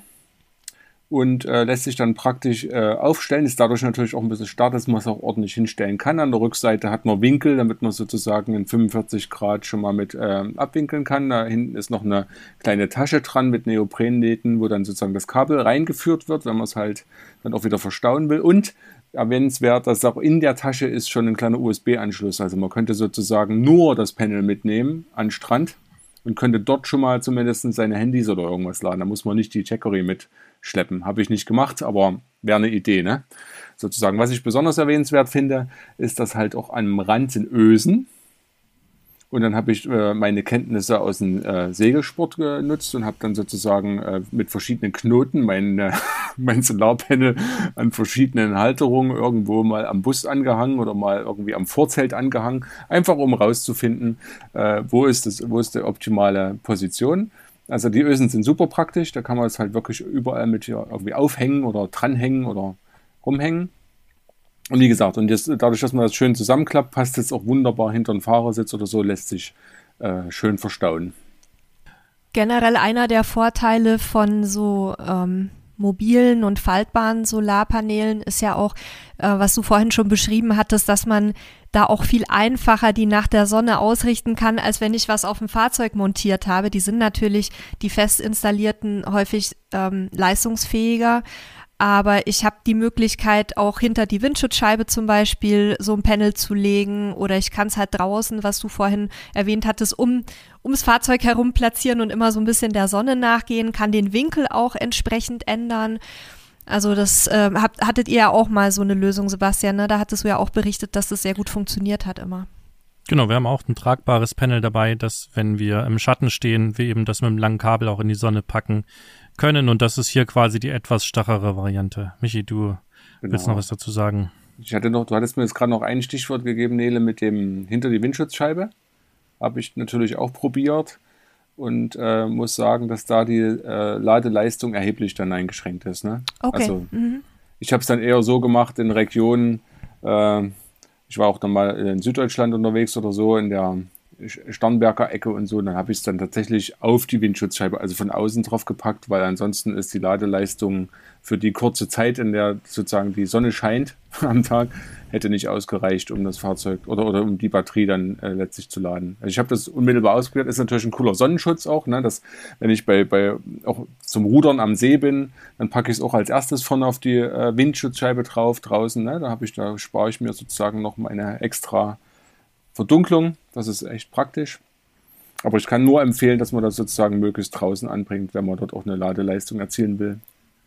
und äh, lässt sich dann praktisch äh, aufstellen, ist dadurch natürlich auch ein bisschen starr, dass man es auch ordentlich hinstellen kann. An der Rückseite hat man Winkel, damit man sozusagen in fünfundvierzig Grad schon mal mit äh, abwinkeln kann. Da hinten ist noch eine kleine Tasche dran mit Neoprennähten, wo dann sozusagen das Kabel reingeführt wird, wenn man es halt dann auch wieder verstauen will. Und erwähnenswert, dass auch in der Tasche ist schon ein kleiner U S B-Anschluss. Also man könnte sozusagen nur das Panel mitnehmen an den Strand und könnte dort schon mal zumindest seine Handys oder irgendwas laden. Da muss man nicht die Jackery mitschleppen. Habe ich nicht gemacht, aber wäre eine Idee, ne? Sozusagen. Was ich besonders erwähnenswert finde, ist, dass halt auch am Rand sind Ösen. Und dann habe ich äh, meine Kenntnisse aus dem äh, Segelsport genutzt und habe dann sozusagen äh, mit verschiedenen Knoten mein, äh, mein Solarpanel an verschiedenen Halterungen irgendwo mal am Bus angehangen oder mal irgendwie am Vorzelt angehangen, einfach um rauszufinden, äh, wo ist das, wo ist die optimale Position. Also die Ösen sind super praktisch, da kann man es halt wirklich überall mit hier irgendwie aufhängen oder dranhängen oder rumhängen. Und wie gesagt, und jetzt, dadurch, dass man das schön zusammenklappt, passt es auch wunderbar hinter den Fahrersitz oder so, lässt sich äh, schön verstauen. Generell einer der Vorteile von so ähm, mobilen und faltbaren Solarpanelen ist ja auch, äh, was du vorhin schon beschrieben hattest, dass man da auch viel einfacher die nach der Sonne ausrichten kann, als wenn ich was auf dem Fahrzeug montiert habe. Die sind natürlich, die fest installierten, häufig ähm, leistungsfähiger. Aber ich habe die Möglichkeit, auch hinter die Windschutzscheibe zum Beispiel so ein Panel zu legen oder ich kann es halt draußen, was du vorhin erwähnt hattest, um ums Fahrzeug herum platzieren und immer so ein bisschen der Sonne nachgehen, kann den Winkel auch entsprechend ändern. Also das äh, habt, hattet ihr ja auch mal so eine Lösung, Sebastian, ne? Da hattest du ja auch berichtet, dass das sehr gut funktioniert hat immer. Genau, wir haben auch ein tragbares Panel dabei, dass, wenn wir im Schatten stehen, wir eben das mit einem langen Kabel auch in die Sonne packen können. Und das ist hier quasi die etwas stachere Variante. Michi, du Genau. willst noch was dazu sagen? Ich hatte noch, du hattest mir jetzt gerade noch ein Stichwort gegeben, Nele, mit dem hinter die Windschutzscheibe. Habe ich natürlich auch probiert und äh, muss sagen, dass da die äh, Ladeleistung erheblich dann eingeschränkt ist. Ne? Okay. Also Mhm. ich habe es dann eher so gemacht in Regionen, äh, ich war auch dann mal in Süddeutschland unterwegs oder so, in der Starnberger Ecke und so, und dann habe ich es dann tatsächlich auf die Windschutzscheibe, also von außen drauf gepackt, weil ansonsten ist die Ladeleistung für die kurze Zeit, in der sozusagen die Sonne scheint am Tag, hätte nicht ausgereicht, um das Fahrzeug oder, oder um die Batterie dann äh, letztlich zu laden. Also ich habe das unmittelbar ausprobiert, ist natürlich ein cooler Sonnenschutz auch, ne, dass wenn ich bei, bei auch zum Rudern am See bin, dann packe ich es auch als erstes vorne auf die äh, Windschutzscheibe drauf, draußen, ne, da habe ich, da spare ich mir sozusagen noch meine extra Verdunklung, das ist echt praktisch. Aber ich kann nur empfehlen, dass man das sozusagen möglichst draußen anbringt, wenn man dort auch eine Ladeleistung erzielen will.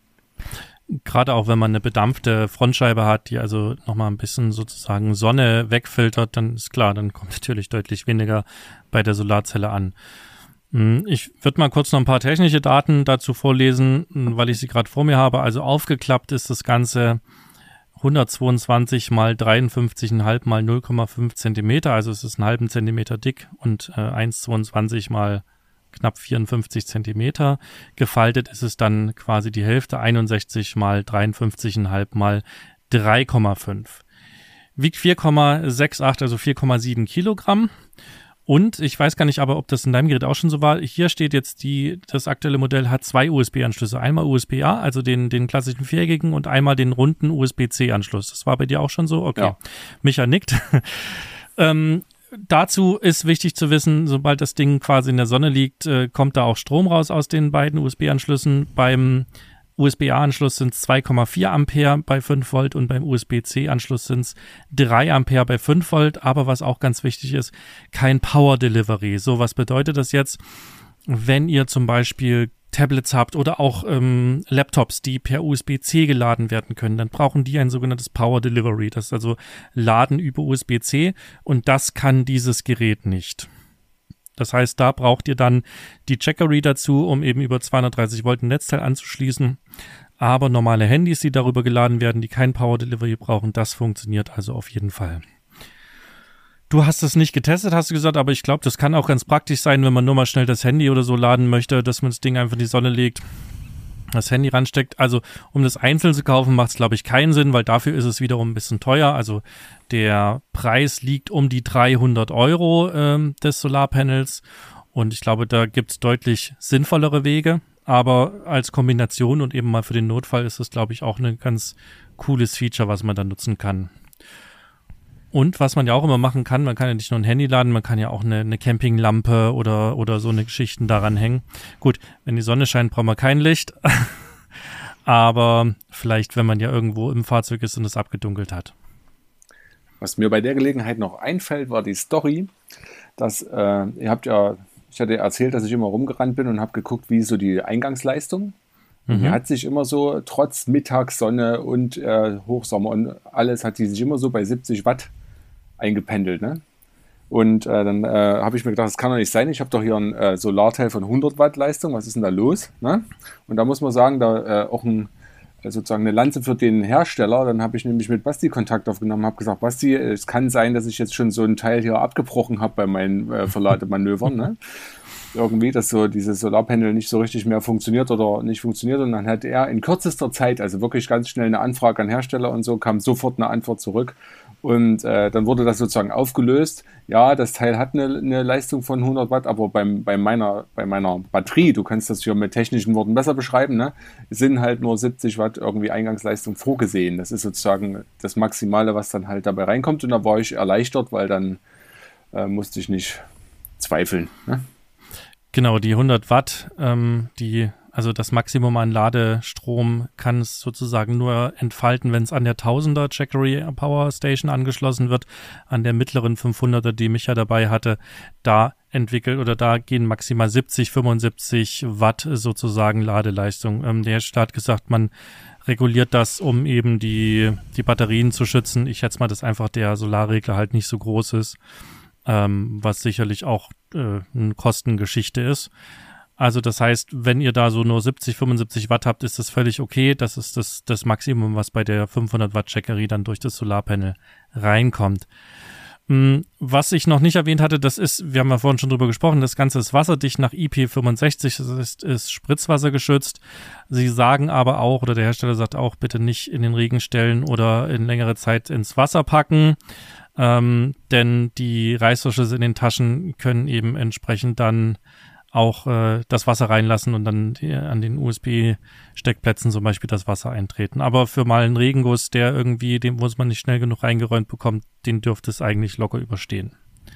Gerade auch, wenn man eine bedampfte Frontscheibe hat, die also nochmal ein bisschen sozusagen Sonne wegfiltert, dann ist klar, dann kommt natürlich deutlich weniger bei der Solarzelle an. Ich würde mal kurz noch ein paar technische Daten dazu vorlesen, weil ich sie gerade vor mir habe. Also aufgeklappt ist das Ganze hundertzweiundzwanzig mal dreiundfünfzig Komma fünf mal null Komma fünf Zentimeter, also es ist einen halben Zentimeter dick und äh, eins Komma zweiundzwanzig mal knapp vierundfünfzig Zentimeter. Gefaltet ist es dann quasi die Hälfte, einundsechzig mal dreiundfünfzig Komma fünf mal drei Komma fünf. Wiegt vier Komma achtundsechzig, also vier Komma sieben Kilogramm. Und ich weiß gar nicht, aber ob das in deinem Gerät auch schon so war. Hier steht jetzt, die das aktuelle Modell hat zwei U S B-Anschlüsse. Einmal U S B A, also den den klassischen viereckigen, und einmal den runden U S B C Anschluss. Das war bei dir auch schon so? Okay. Ja. Micha nickt. ähm, dazu ist wichtig zu wissen, sobald das Ding quasi in der Sonne liegt, äh, kommt da auch Strom raus aus den beiden U S B-Anschlüssen. Beim U S B A-Anschluss sind es zwei Komma vier Ampere bei fünf Volt und beim U S B C-Anschluss sind es drei Ampere bei fünf Volt. Aber was auch ganz wichtig ist, kein Power Delivery. So, was bedeutet das jetzt? Wenn ihr zum Beispiel Tablets habt oder auch ähm, Laptops, die per U S B C geladen werden können, dann brauchen die ein sogenanntes Power Delivery. Das ist also Laden über U S B C, und das kann dieses Gerät nicht. Das heißt, da braucht ihr dann die Jackery dazu, um eben über zweihundertdreißig Volt ein Netzteil anzuschließen. Aber normale Handys, die darüber geladen werden, die kein Power Delivery brauchen, das funktioniert also auf jeden Fall. Du hast es nicht getestet, hast du gesagt, aber ich glaube, das kann auch ganz praktisch sein, wenn man nur mal schnell das Handy oder so laden möchte, dass man das Ding einfach in die Sonne legt, das Handy ransteckt. Also um das einzeln zu kaufen, macht es, glaube ich, keinen Sinn, weil dafür ist es wiederum ein bisschen teuer. Also der Preis liegt um die dreihundert Euro ähm, des Solarpanels, und ich glaube, da gibt es deutlich sinnvollere Wege. Aber als Kombination und eben mal für den Notfall ist es, glaube ich, auch ein ganz cooles Feature, was man dann nutzen kann. Und was man ja auch immer machen kann, man kann ja nicht nur ein Handy laden, man kann ja auch eine, eine Campinglampe oder oder so eine Geschichten daran hängen. Gut, wenn die Sonne scheint, braucht man kein Licht. Aber vielleicht, wenn man ja irgendwo im Fahrzeug ist und es abgedunkelt hat. Was mir bei der Gelegenheit noch einfällt, war die Story, dass äh, ihr habt ja, ich hatte erzählt, dass ich immer rumgerannt bin und habe geguckt, wie so die Eingangsleistung. Mhm. Die hat sich immer so, trotz Mittagssonne und äh, Hochsommer und alles, hat die sich immer so bei siebzig Watt eingependelt, ne? Und äh, dann äh, habe ich mir gedacht, das kann doch nicht sein. Ich habe doch hier ein äh, Solarteil von hundert Watt Leistung. Was ist denn da los? Ne? Und da muss man sagen, da äh, auch ein, sozusagen eine Lanze für den Hersteller. Dann habe ich nämlich mit Basti Kontakt aufgenommen, habe gesagt, Basti, es kann sein, dass ich jetzt schon so ein Teil hier abgebrochen habe bei meinen äh, Verlademanövern. Ne? Irgendwie, dass so dieses Solarpanel nicht so richtig mehr funktioniert oder nicht funktioniert. Und dann hat er in kürzester Zeit, also wirklich ganz schnell eine Anfrage an Hersteller und so, kam sofort eine Antwort zurück. Und äh, dann wurde das sozusagen aufgelöst. Ja, das Teil hat eine, eine Leistung von hundert Watt, aber beim, bei, meiner, bei meiner Batterie, du kannst das hier mit technischen Worten besser beschreiben, ne, sind halt nur siebzig Watt irgendwie Eingangsleistung vorgesehen. Das ist sozusagen das Maximale, was dann halt dabei reinkommt. Und da war ich erleichtert, weil dann äh, musste ich nicht zweifeln. Ne? Genau, die hundert Watt, ähm, die also das Maximum an Ladestrom kann es sozusagen nur entfalten, wenn es an der tausender Jackery Power Station angeschlossen wird. An der mittleren fünfhunderter, die Micha dabei hatte, da entwickelt oder da gehen maximal siebzig, fünfundsiebzig Watt sozusagen Ladeleistung. Ähm, der Hersteller hat gesagt, man reguliert das, um eben die, die Batterien zu schützen. Ich schätze mal, dass einfach der Solarregler halt nicht so groß ist, ähm, was sicherlich auch äh, eine Kostengeschichte ist. Also das heißt, wenn ihr da so nur siebzig, fünfundsiebzig Watt habt, ist das völlig okay. Das ist das, das Maximum, was bei der fünfhundert Watt Jackery dann durch das Solarpanel reinkommt. Was ich noch nicht erwähnt hatte, das ist, wir haben ja vorhin schon drüber gesprochen, das Ganze ist wasserdicht nach I P fünfundsechzig, das ist, ist spritzwassergeschützt. Sie sagen aber auch, oder der Hersteller sagt auch, bitte nicht in den Regen stellen oder in längere Zeit ins Wasser packen, ähm, denn die Reißwäsche in den Taschen können eben entsprechend dann auch äh, das Wasser reinlassen und dann die, an den U S B-Steckplätzen zum Beispiel das Wasser eintreten. Aber für mal einen Regenguss, der irgendwie, den muss man nicht schnell genug reingeräumt bekommt, den dürfte es eigentlich locker überstehen.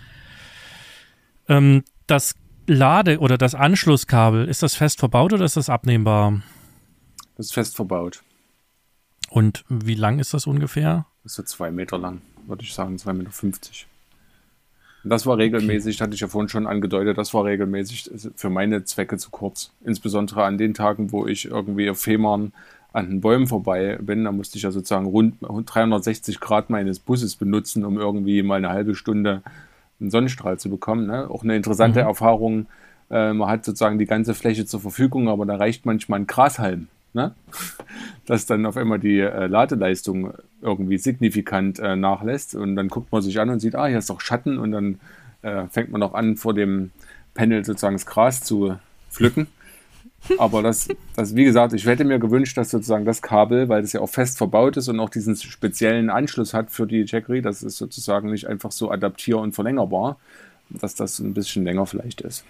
Ähm, das Lade- oder das Anschlusskabel, ist das fest verbaut oder ist das abnehmbar? Das ist fest verbaut. Und wie lang ist das ungefähr? Das ist so zwei Meter lang, würde ich sagen, zwei Meter fünfzig. Das war regelmäßig, okay. Hatte ich ja vorhin schon angedeutet, das war regelmäßig für meine Zwecke zu kurz. Insbesondere an den Tagen, wo ich irgendwie auf Fehmarn an den Bäumen vorbei bin, da musste ich ja sozusagen rund dreihundertsechzig Grad meines Busses benutzen, um irgendwie mal eine halbe Stunde einen Sonnenstrahl zu bekommen. Ne? Auch eine interessante mhm. Erfahrung, äh, man hat sozusagen die ganze Fläche zur Verfügung, aber da reicht manchmal ein Grashalm. Ne? dass dann auf einmal die äh, Ladeleistung irgendwie signifikant äh, nachlässt und dann guckt man sich an und sieht, ah, hier ist doch Schatten und dann äh, fängt man auch an, vor dem Panel sozusagen das Gras zu pflücken. Aber das, das, wie gesagt, ich hätte mir gewünscht, dass sozusagen das Kabel, weil das ja auch fest verbaut ist und auch diesen speziellen Anschluss hat für die Jackery, das ist sozusagen nicht einfach so adaptier- und verlängerbar, dass das ein bisschen länger vielleicht ist.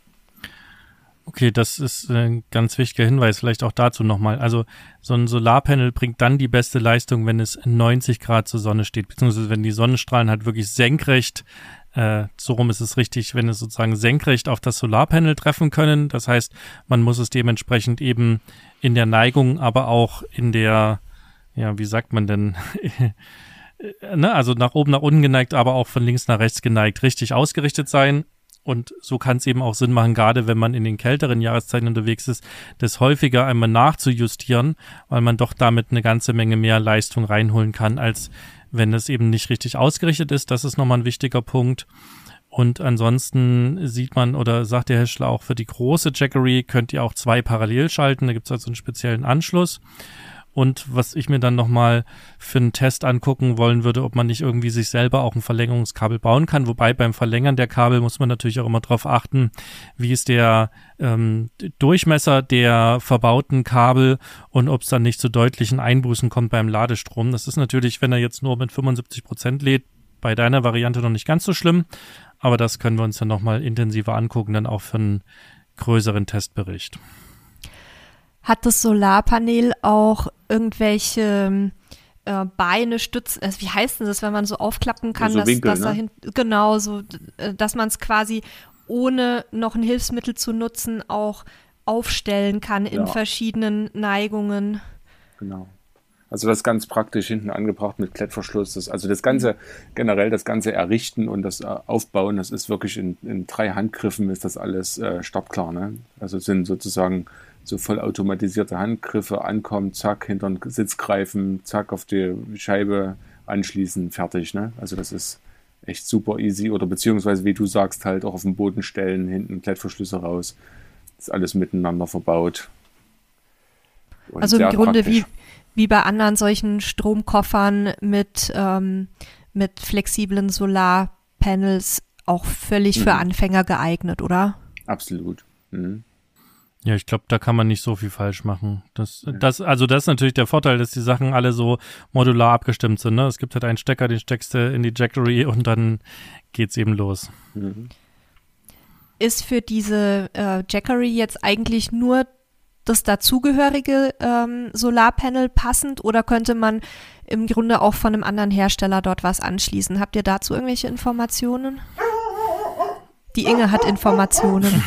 Okay, das ist ein ganz wichtiger Hinweis, vielleicht auch dazu nochmal. Also so ein Solarpanel bringt dann die beste Leistung, wenn es neunzig Grad zur Sonne steht, beziehungsweise wenn die Sonnenstrahlen halt wirklich senkrecht, äh, so rum ist es richtig, wenn es sozusagen senkrecht auf das Solarpanel treffen können. Das heißt, man muss es dementsprechend eben in der Neigung, aber auch in der, ja, wie sagt man denn, ne? Also nach oben, nach unten geneigt, aber auch von links nach rechts geneigt, richtig ausgerichtet sein. Und so kann es eben auch Sinn machen, gerade wenn man in den kälteren Jahreszeiten unterwegs ist, das häufiger einmal nachzujustieren, weil man doch damit eine ganze Menge mehr Leistung reinholen kann, als wenn es eben nicht richtig ausgerichtet ist. Das ist nochmal ein wichtiger Punkt. Und ansonsten sieht man oder sagt der Hersteller auch, für die große Jackery könnt ihr auch zwei parallel schalten. Da gibt es also einen speziellen Anschluss. Und was ich mir dann nochmal für einen Test angucken wollen würde, ob man nicht irgendwie sich selber auch ein Verlängerungskabel bauen kann. Wobei beim Verlängern der Kabel muss man natürlich auch immer darauf achten, wie ist der ähm, Durchmesser der verbauten Kabel und ob es dann nicht zu deutlichen Einbußen kommt beim Ladestrom. Das ist natürlich, wenn er jetzt nur mit fünfundsiebzig Prozent lädt, bei deiner Variante noch nicht ganz so schlimm. Aber das können wir uns dann nochmal intensiver angucken, dann auch für einen größeren Testbericht. Hat das Solarpanel auch irgendwelche äh, Beine, Stützen, also wie heißt denn das, wenn man so aufklappen kann, so dass, Winkel, dass ne? er hin, genau so, dass man es quasi ohne noch ein Hilfsmittel zu nutzen auch aufstellen kann in ja. verschiedenen Neigungen. Genau. Also das ist ganz praktisch hinten angebracht mit Klettverschluss. Das, also das ganze, generell das ganze Errichten und das äh, Aufbauen, das ist wirklich in, in drei Handgriffen ist das alles äh, startklar. Ne? Also es sind sozusagen so vollautomatisierte Handgriffe, ankommen, zack, hinter den Sitz greifen, zack, auf die Scheibe anschließen, fertig. Ne? Also das ist echt super easy. Oder beziehungsweise, wie du sagst, halt auch auf den Boden stellen, hinten Klettverschlüsse raus. Das ist alles miteinander verbaut. Und also im Grunde praktisch. wie wie bei anderen solchen Stromkoffern mit, ähm, mit flexiblen Solarpanels auch völlig mhm. für Anfänger geeignet, oder? Absolut. Mhm. Ja, ich glaube, da kann man nicht so viel falsch machen. Das, das, also das ist natürlich der Vorteil, dass die Sachen alle so modular abgestimmt sind. Ne? Es gibt halt einen Stecker, den steckst du in die Jackery und dann geht's eben los. Mhm. Ist für diese äh, Jackery jetzt eigentlich nur das dazugehörige ähm, Solarpanel passend oder könnte man im Grunde auch von einem anderen Hersteller dort was anschließen? Habt ihr dazu irgendwelche Informationen? Die Inge hat Informationen.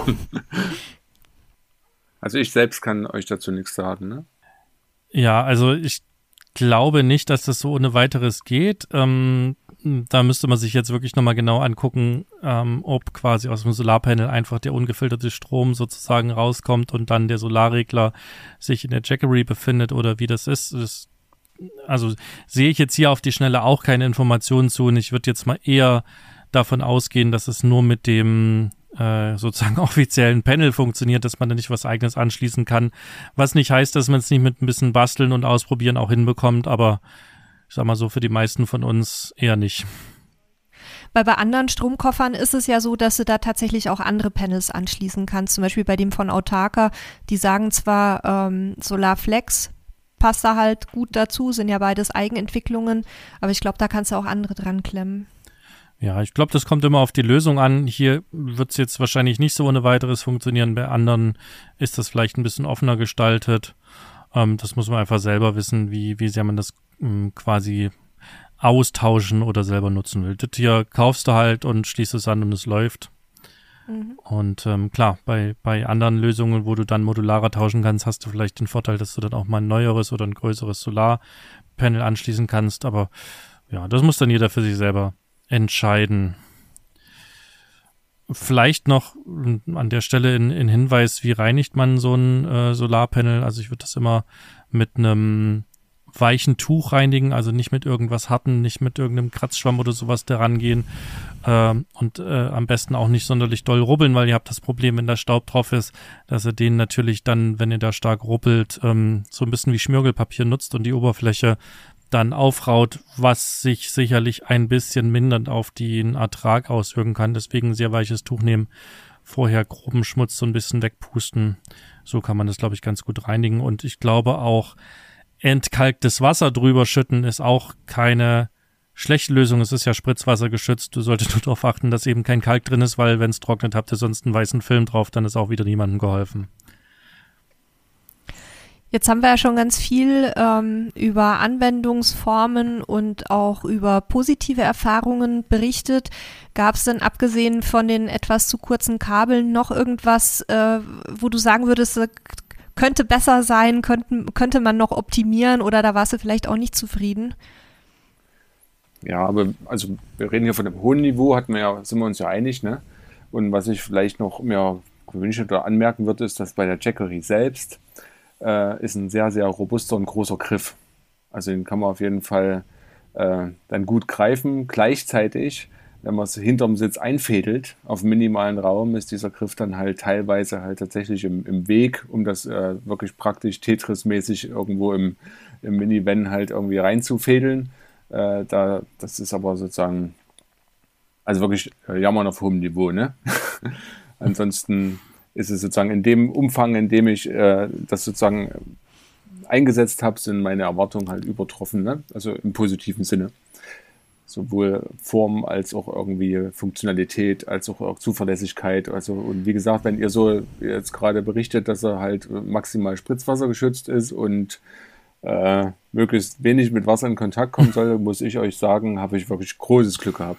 Also ich selbst kann euch dazu nichts sagen, ne? Ja, also ich glaube nicht, dass das so ohne weiteres geht. Ähm, da müsste man sich jetzt wirklich nochmal genau angucken, ähm, ob quasi aus dem Solarpanel einfach der ungefilterte Strom sozusagen rauskommt und dann der Solarregler sich in der Jackery befindet oder wie das ist. Das, also sehe ich jetzt hier auf die Schnelle auch keine Informationen zu und ich würde jetzt mal eher davon ausgehen, dass es nur mit dem äh, sozusagen offiziellen Panel funktioniert, dass man da nicht was Eigenes anschließen kann. Was nicht heißt, dass man es nicht mit ein bisschen Basteln und Ausprobieren auch hinbekommt, aber ich sag mal so, für die meisten von uns eher nicht. Weil bei anderen Stromkoffern ist es ja so, dass du da tatsächlich auch andere Panels anschließen kannst. Zum Beispiel bei dem von Autarka. Die sagen zwar, ähm, Solarflex passt da halt gut dazu, sind ja beides Eigenentwicklungen, aber ich glaube, da kannst du auch andere dran klemmen. Ja, ich glaube, das kommt immer auf die Lösung an. Hier wird es jetzt wahrscheinlich nicht so ohne weiteres funktionieren. Bei anderen ist das vielleicht ein bisschen offener gestaltet. Ähm, das muss man einfach selber wissen, wie, wie sehr man das ähm, quasi austauschen oder selber nutzen will. Das hier kaufst du halt und schließt es an und es läuft. Mhm. Und ähm, klar, bei, bei anderen Lösungen, wo du dann modularer tauschen kannst, hast du vielleicht den Vorteil, dass du dann auch mal ein neueres oder ein größeres Solarpanel anschließen kannst. Aber ja, das muss dann jeder für sich selber entscheiden. Vielleicht noch an der Stelle in, in Hinweis, wie reinigt man so ein äh, Solarpanel? Also ich würde das immer mit einem weichen Tuch reinigen, also nicht mit irgendwas Harten, nicht mit irgendeinem Kratzschwamm oder sowas da rangehen äh, und äh, am besten auch nicht sonderlich doll rubbeln, weil ihr habt das Problem, wenn da Staub drauf ist, dass ihr den natürlich dann, wenn ihr da stark rubbelt, ähm, so ein bisschen wie Schmirgelpapier nutzt und die Oberfläche dann aufraut, was sich sicherlich ein bisschen mindernd auf den Ertrag auswirken kann. Deswegen sehr weiches Tuch nehmen, vorher groben Schmutz so ein bisschen wegpusten. So kann man das, glaube ich, ganz gut reinigen. Und ich glaube auch, entkalktes Wasser drüber schütten ist auch keine schlechte Lösung. Es ist ja Spritzwasser geschützt. Du solltest nur darauf achten, dass eben kein Kalk drin ist, weil wenn es trocknet, habt ihr sonst einen weißen Film drauf, dann ist auch wieder niemandem geholfen. Jetzt haben wir ja schon ganz viel ähm, über Anwendungsformen und auch über positive Erfahrungen berichtet. Gab es denn abgesehen von den etwas zu kurzen Kabeln noch irgendwas, äh, wo du sagen würdest, äh, könnte besser sein, könnten, könnte man noch optimieren oder da warst du vielleicht auch nicht zufrieden? Ja, aber also wir reden hier von einem hohen Niveau, hatten wir ja, sind wir uns ja einig, ne? Und was ich vielleicht noch mir gewünscht oder anmerken würde, ist, dass bei der Jackery selbst äh, ist ein sehr, sehr robuster und großer Griff. Also den kann man auf jeden Fall äh, dann gut greifen. Gleichzeitig, wenn man es hinterm Sitz einfädelt, auf minimalen Raum, ist dieser Griff dann halt teilweise halt tatsächlich im, im Weg, um das äh, wirklich praktisch Tetris-mäßig irgendwo im, im Minivan halt irgendwie reinzufädeln. Äh, da, das ist aber sozusagen, also wirklich äh, Jammern auf hohem Niveau, ne? Ansonsten ist es sozusagen in dem Umfang, in dem ich äh, das sozusagen eingesetzt habe, sind meine Erwartungen halt übertroffen, ne? Also im positiven Sinne. Sowohl Form als auch irgendwie Funktionalität, als auch, auch Zuverlässigkeit. Also, und wie gesagt, wenn ihr so jetzt gerade berichtet, dass er halt maximal Spritzwasser geschützt ist und äh, möglichst wenig mit Wasser in Kontakt kommen soll, muss ich euch sagen, habe ich wirklich großes Glück gehabt.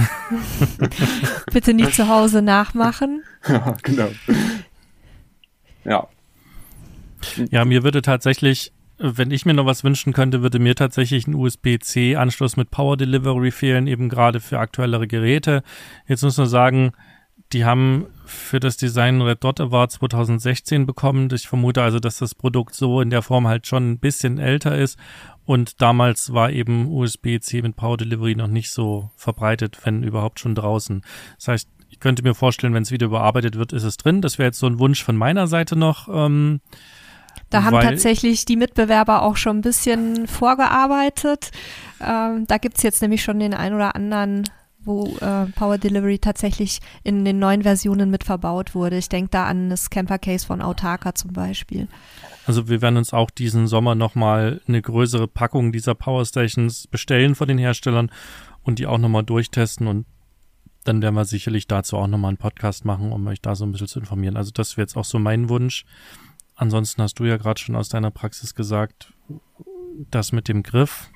Bitte nicht zu Hause nachmachen. Ja, genau. Ja. Ja, mir würde tatsächlich, wenn ich mir noch was wünschen könnte, würde mir tatsächlich ein U S B C Anschluss mit Power Delivery fehlen, eben gerade für aktuellere Geräte. Jetzt muss man sagen, die haben für das Design Red Dot Award zwanzig sechzehn bekommen. Ich vermute also, dass das Produkt so in der Form halt schon ein bisschen älter ist. Und damals war eben U S B C mit Power Delivery noch nicht so verbreitet, wenn überhaupt schon draußen. Das heißt, ich könnte mir vorstellen, wenn es wieder überarbeitet wird, ist es drin. Das wäre jetzt so ein Wunsch von meiner Seite noch. Ähm, Da haben weil, tatsächlich die Mitbewerber auch schon ein bisschen vorgearbeitet. Ähm, da gibt's jetzt nämlich schon den ein oder anderen, wo äh, Power Delivery tatsächlich in den neuen Versionen mit verbaut wurde. Ich denke da an das Camper Case von Autarka zum Beispiel. Also wir werden uns auch diesen Sommer nochmal eine größere Packung dieser Power Stations bestellen von den Herstellern und die auch nochmal durchtesten und dann werden wir sicherlich dazu auch nochmal einen Podcast machen, um euch da so ein bisschen zu informieren. Also das wäre jetzt auch so mein Wunsch. Ansonsten hast du ja gerade schon aus deiner Praxis gesagt, das mit dem Griff.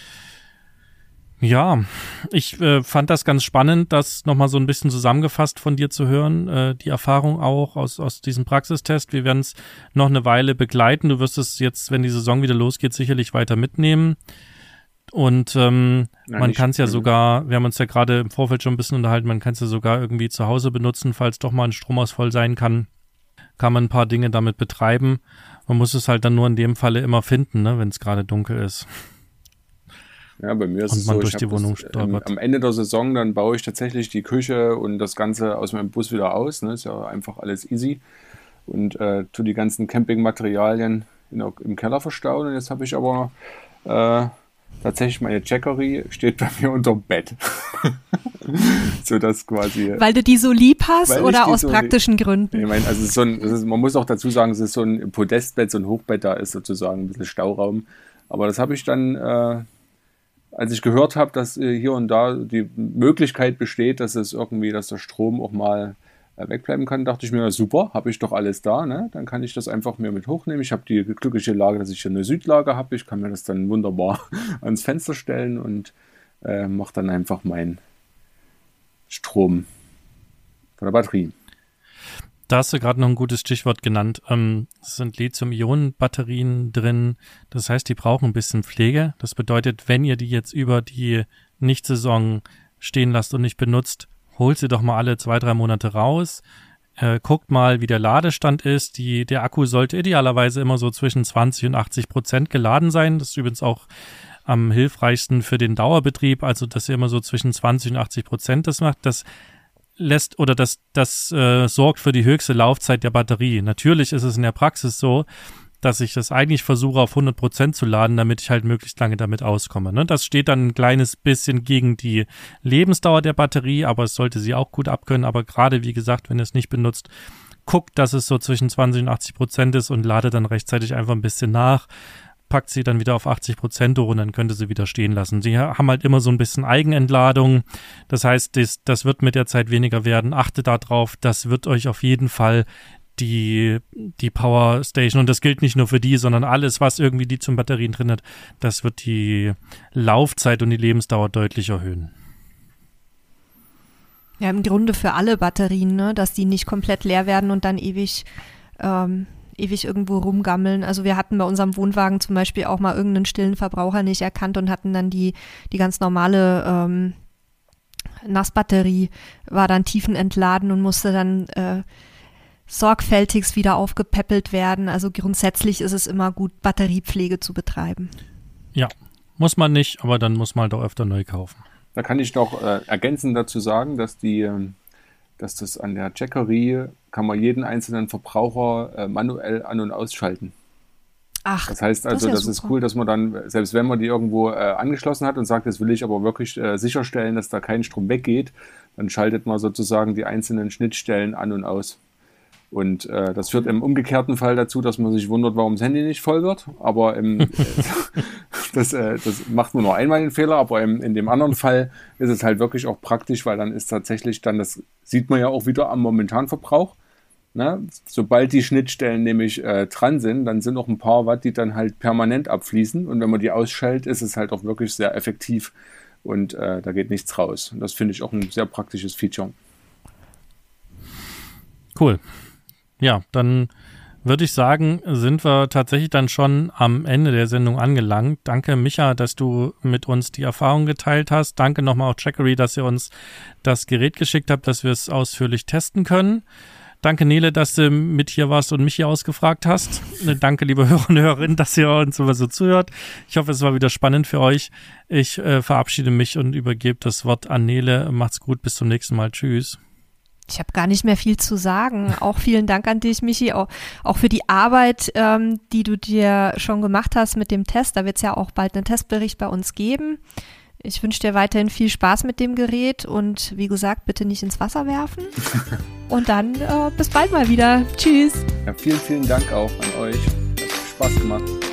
Ja, ich äh, fand das ganz spannend, das nochmal so ein bisschen zusammengefasst von dir zu hören, äh, die Erfahrung auch aus aus diesem Praxistest. Wir werden es noch eine Weile begleiten. Du wirst es jetzt, wenn die Saison wieder losgeht, sicherlich weiter mitnehmen. Und ähm, Nein, man kann es ja sogar, wir haben uns ja gerade im Vorfeld schon ein bisschen unterhalten, man kann es ja sogar irgendwie zu Hause benutzen, falls doch mal ein Stromausfall sein kann, kann man ein paar Dinge damit betreiben. Man muss es halt dann nur in dem Falle immer finden, ne, wenn es gerade dunkel ist. Ja, bei mir ist und es man so, durch ich die Wohnung das, ähm, am Ende der Saison, dann baue ich tatsächlich die Küche und das Ganze aus meinem Bus wieder aus. Ne? Ist ja einfach alles easy. Und äh, tue die ganzen Campingmaterialien in, im Keller verstauen. Und jetzt habe ich aber äh, tatsächlich meine Jackery steht bei mir unterm Bett. So dass quasi. Weil du die so lieb hast oder aus so praktischen lieb, Gründen? Ich meine, also so ein, ist, man muss auch dazu sagen, es ist so ein Podestbett, so ein Hochbett, da ist sozusagen ein bisschen Stauraum. Aber das habe ich dann, äh, als ich gehört habe, dass äh, hier und da die Möglichkeit besteht, dass es irgendwie, dass der Strom auch mal äh, wegbleiben kann, dachte ich mir, na super, habe ich doch alles da, ne? Dann kann ich das einfach mir mit hochnehmen. Ich habe die glückliche Lage, dass ich hier eine Südlage habe. Ich kann mir das dann wunderbar ans Fenster stellen und äh, mache dann einfach meinen Strom von der Batterie. Da hast du gerade noch ein gutes Stichwort genannt. Ähm, es sind Lithium-Ionen-Batterien drin. Das heißt, die brauchen ein bisschen Pflege. Das bedeutet, wenn ihr die jetzt über die Nicht-Saison stehen lasst und nicht benutzt, holt sie doch mal alle zwei, drei Monate raus. äh, guckt mal, wie der Ladestand ist. Die, der Akku sollte idealerweise immer so zwischen zwanzig und achtzig Prozent geladen sein. Das ist übrigens auch am hilfreichsten für den Dauerbetrieb, also dass ihr immer so zwischen zwanzig und achtzig Prozent das macht. Das lässt oder das, das äh, sorgt für die höchste Laufzeit der Batterie. Natürlich ist es in der Praxis so, dass ich das eigentlich versuche auf hundert Prozent zu laden, damit ich halt möglichst lange damit auskomme. Ne? Das steht dann ein kleines bisschen gegen die Lebensdauer der Batterie, aber es sollte sie auch gut abkönnen. Aber gerade, wie gesagt, wenn ihr es nicht benutzt, guckt, dass es so zwischen zwanzig und achtzig Prozent ist und lade dann rechtzeitig einfach ein bisschen nach, packt sie dann wieder auf achtzig Prozent hoch und dann könnt ihr sie wieder stehen lassen. Sie haben halt immer so ein bisschen Eigenentladung. Das heißt, das, das wird mit der Zeit weniger werden. Achtet darauf, das wird euch auf jeden Fall die, die Power Station, und das gilt nicht nur für die, sondern alles, was irgendwie die zum Batterien drin hat, das wird die Laufzeit und die Lebensdauer deutlich erhöhen. Ja, im Grunde für alle Batterien, ne, dass die nicht komplett leer werden und dann ewig, ähm, ewig irgendwo rumgammeln. Also wir hatten bei unserem Wohnwagen zum Beispiel auch mal irgendeinen stillen Verbraucher nicht erkannt und hatten dann die, die ganz normale ähm, Nassbatterie, war dann tiefenentladen und musste dann äh, sorgfältigst wieder aufgepäppelt werden. Also grundsätzlich ist es immer gut, Batteriepflege zu betreiben. Ja, muss man nicht, aber dann muss man halt auch öfter neu kaufen. Da kann ich noch äh, ergänzend dazu sagen, dass die, dass das an der Jackerie kann man jeden einzelnen Verbraucher äh, manuell an- und ausschalten. Ach, das heißt also, das ist, ja das ist cool, dass man dann, selbst wenn man die irgendwo äh, angeschlossen hat und sagt, das will ich aber wirklich äh, sicherstellen, dass da kein Strom weggeht, dann schaltet man sozusagen die einzelnen Schnittstellen an und aus. Und äh, das führt im umgekehrten Fall dazu, dass man sich wundert, warum das Handy nicht voll wird. Aber im, äh, das, äh, das macht man nur einmal den Fehler, aber im, in dem anderen Fall ist es halt wirklich auch praktisch, weil dann ist tatsächlich dann, das sieht man ja auch wieder am momentanen Verbrauch. Ne? Sobald die Schnittstellen nämlich äh, dran sind, dann sind auch ein paar Watt, die dann halt permanent abfließen. Und wenn man die ausschaltet, ist es halt auch wirklich sehr effektiv und äh, da geht nichts raus. Und das finde ich auch ein sehr praktisches Feature. Cool. Ja, dann würde ich sagen, sind wir tatsächlich dann schon am Ende der Sendung angelangt. Danke, Micha, dass du mit uns die Erfahrung geteilt hast. Danke nochmal auch Jackery, dass ihr uns das Gerät geschickt habt, dass wir es ausführlich testen können. Danke, Nele, dass du mit hier warst und mich hier ausgefragt hast. Danke, liebe Hörer und Hörerinnen, dass ihr uns immer so zuhört. Ich hoffe, es war wieder spannend für euch. Ich äh, verabschiede mich und übergebe das Wort an Nele. Macht's gut, bis zum nächsten Mal. Tschüss. Ich habe gar nicht mehr viel zu sagen. Auch vielen Dank an dich, Michi, auch, auch für die Arbeit, ähm, die du dir schon gemacht hast mit dem Test. Da wird es ja auch bald einen Testbericht bei uns geben. Ich wünsche dir weiterhin viel Spaß mit dem Gerät und wie gesagt, bitte nicht ins Wasser werfen. Und dann äh, bis bald mal wieder. Tschüss. Ja, vielen, vielen Dank auch an euch. Hat Spaß gemacht.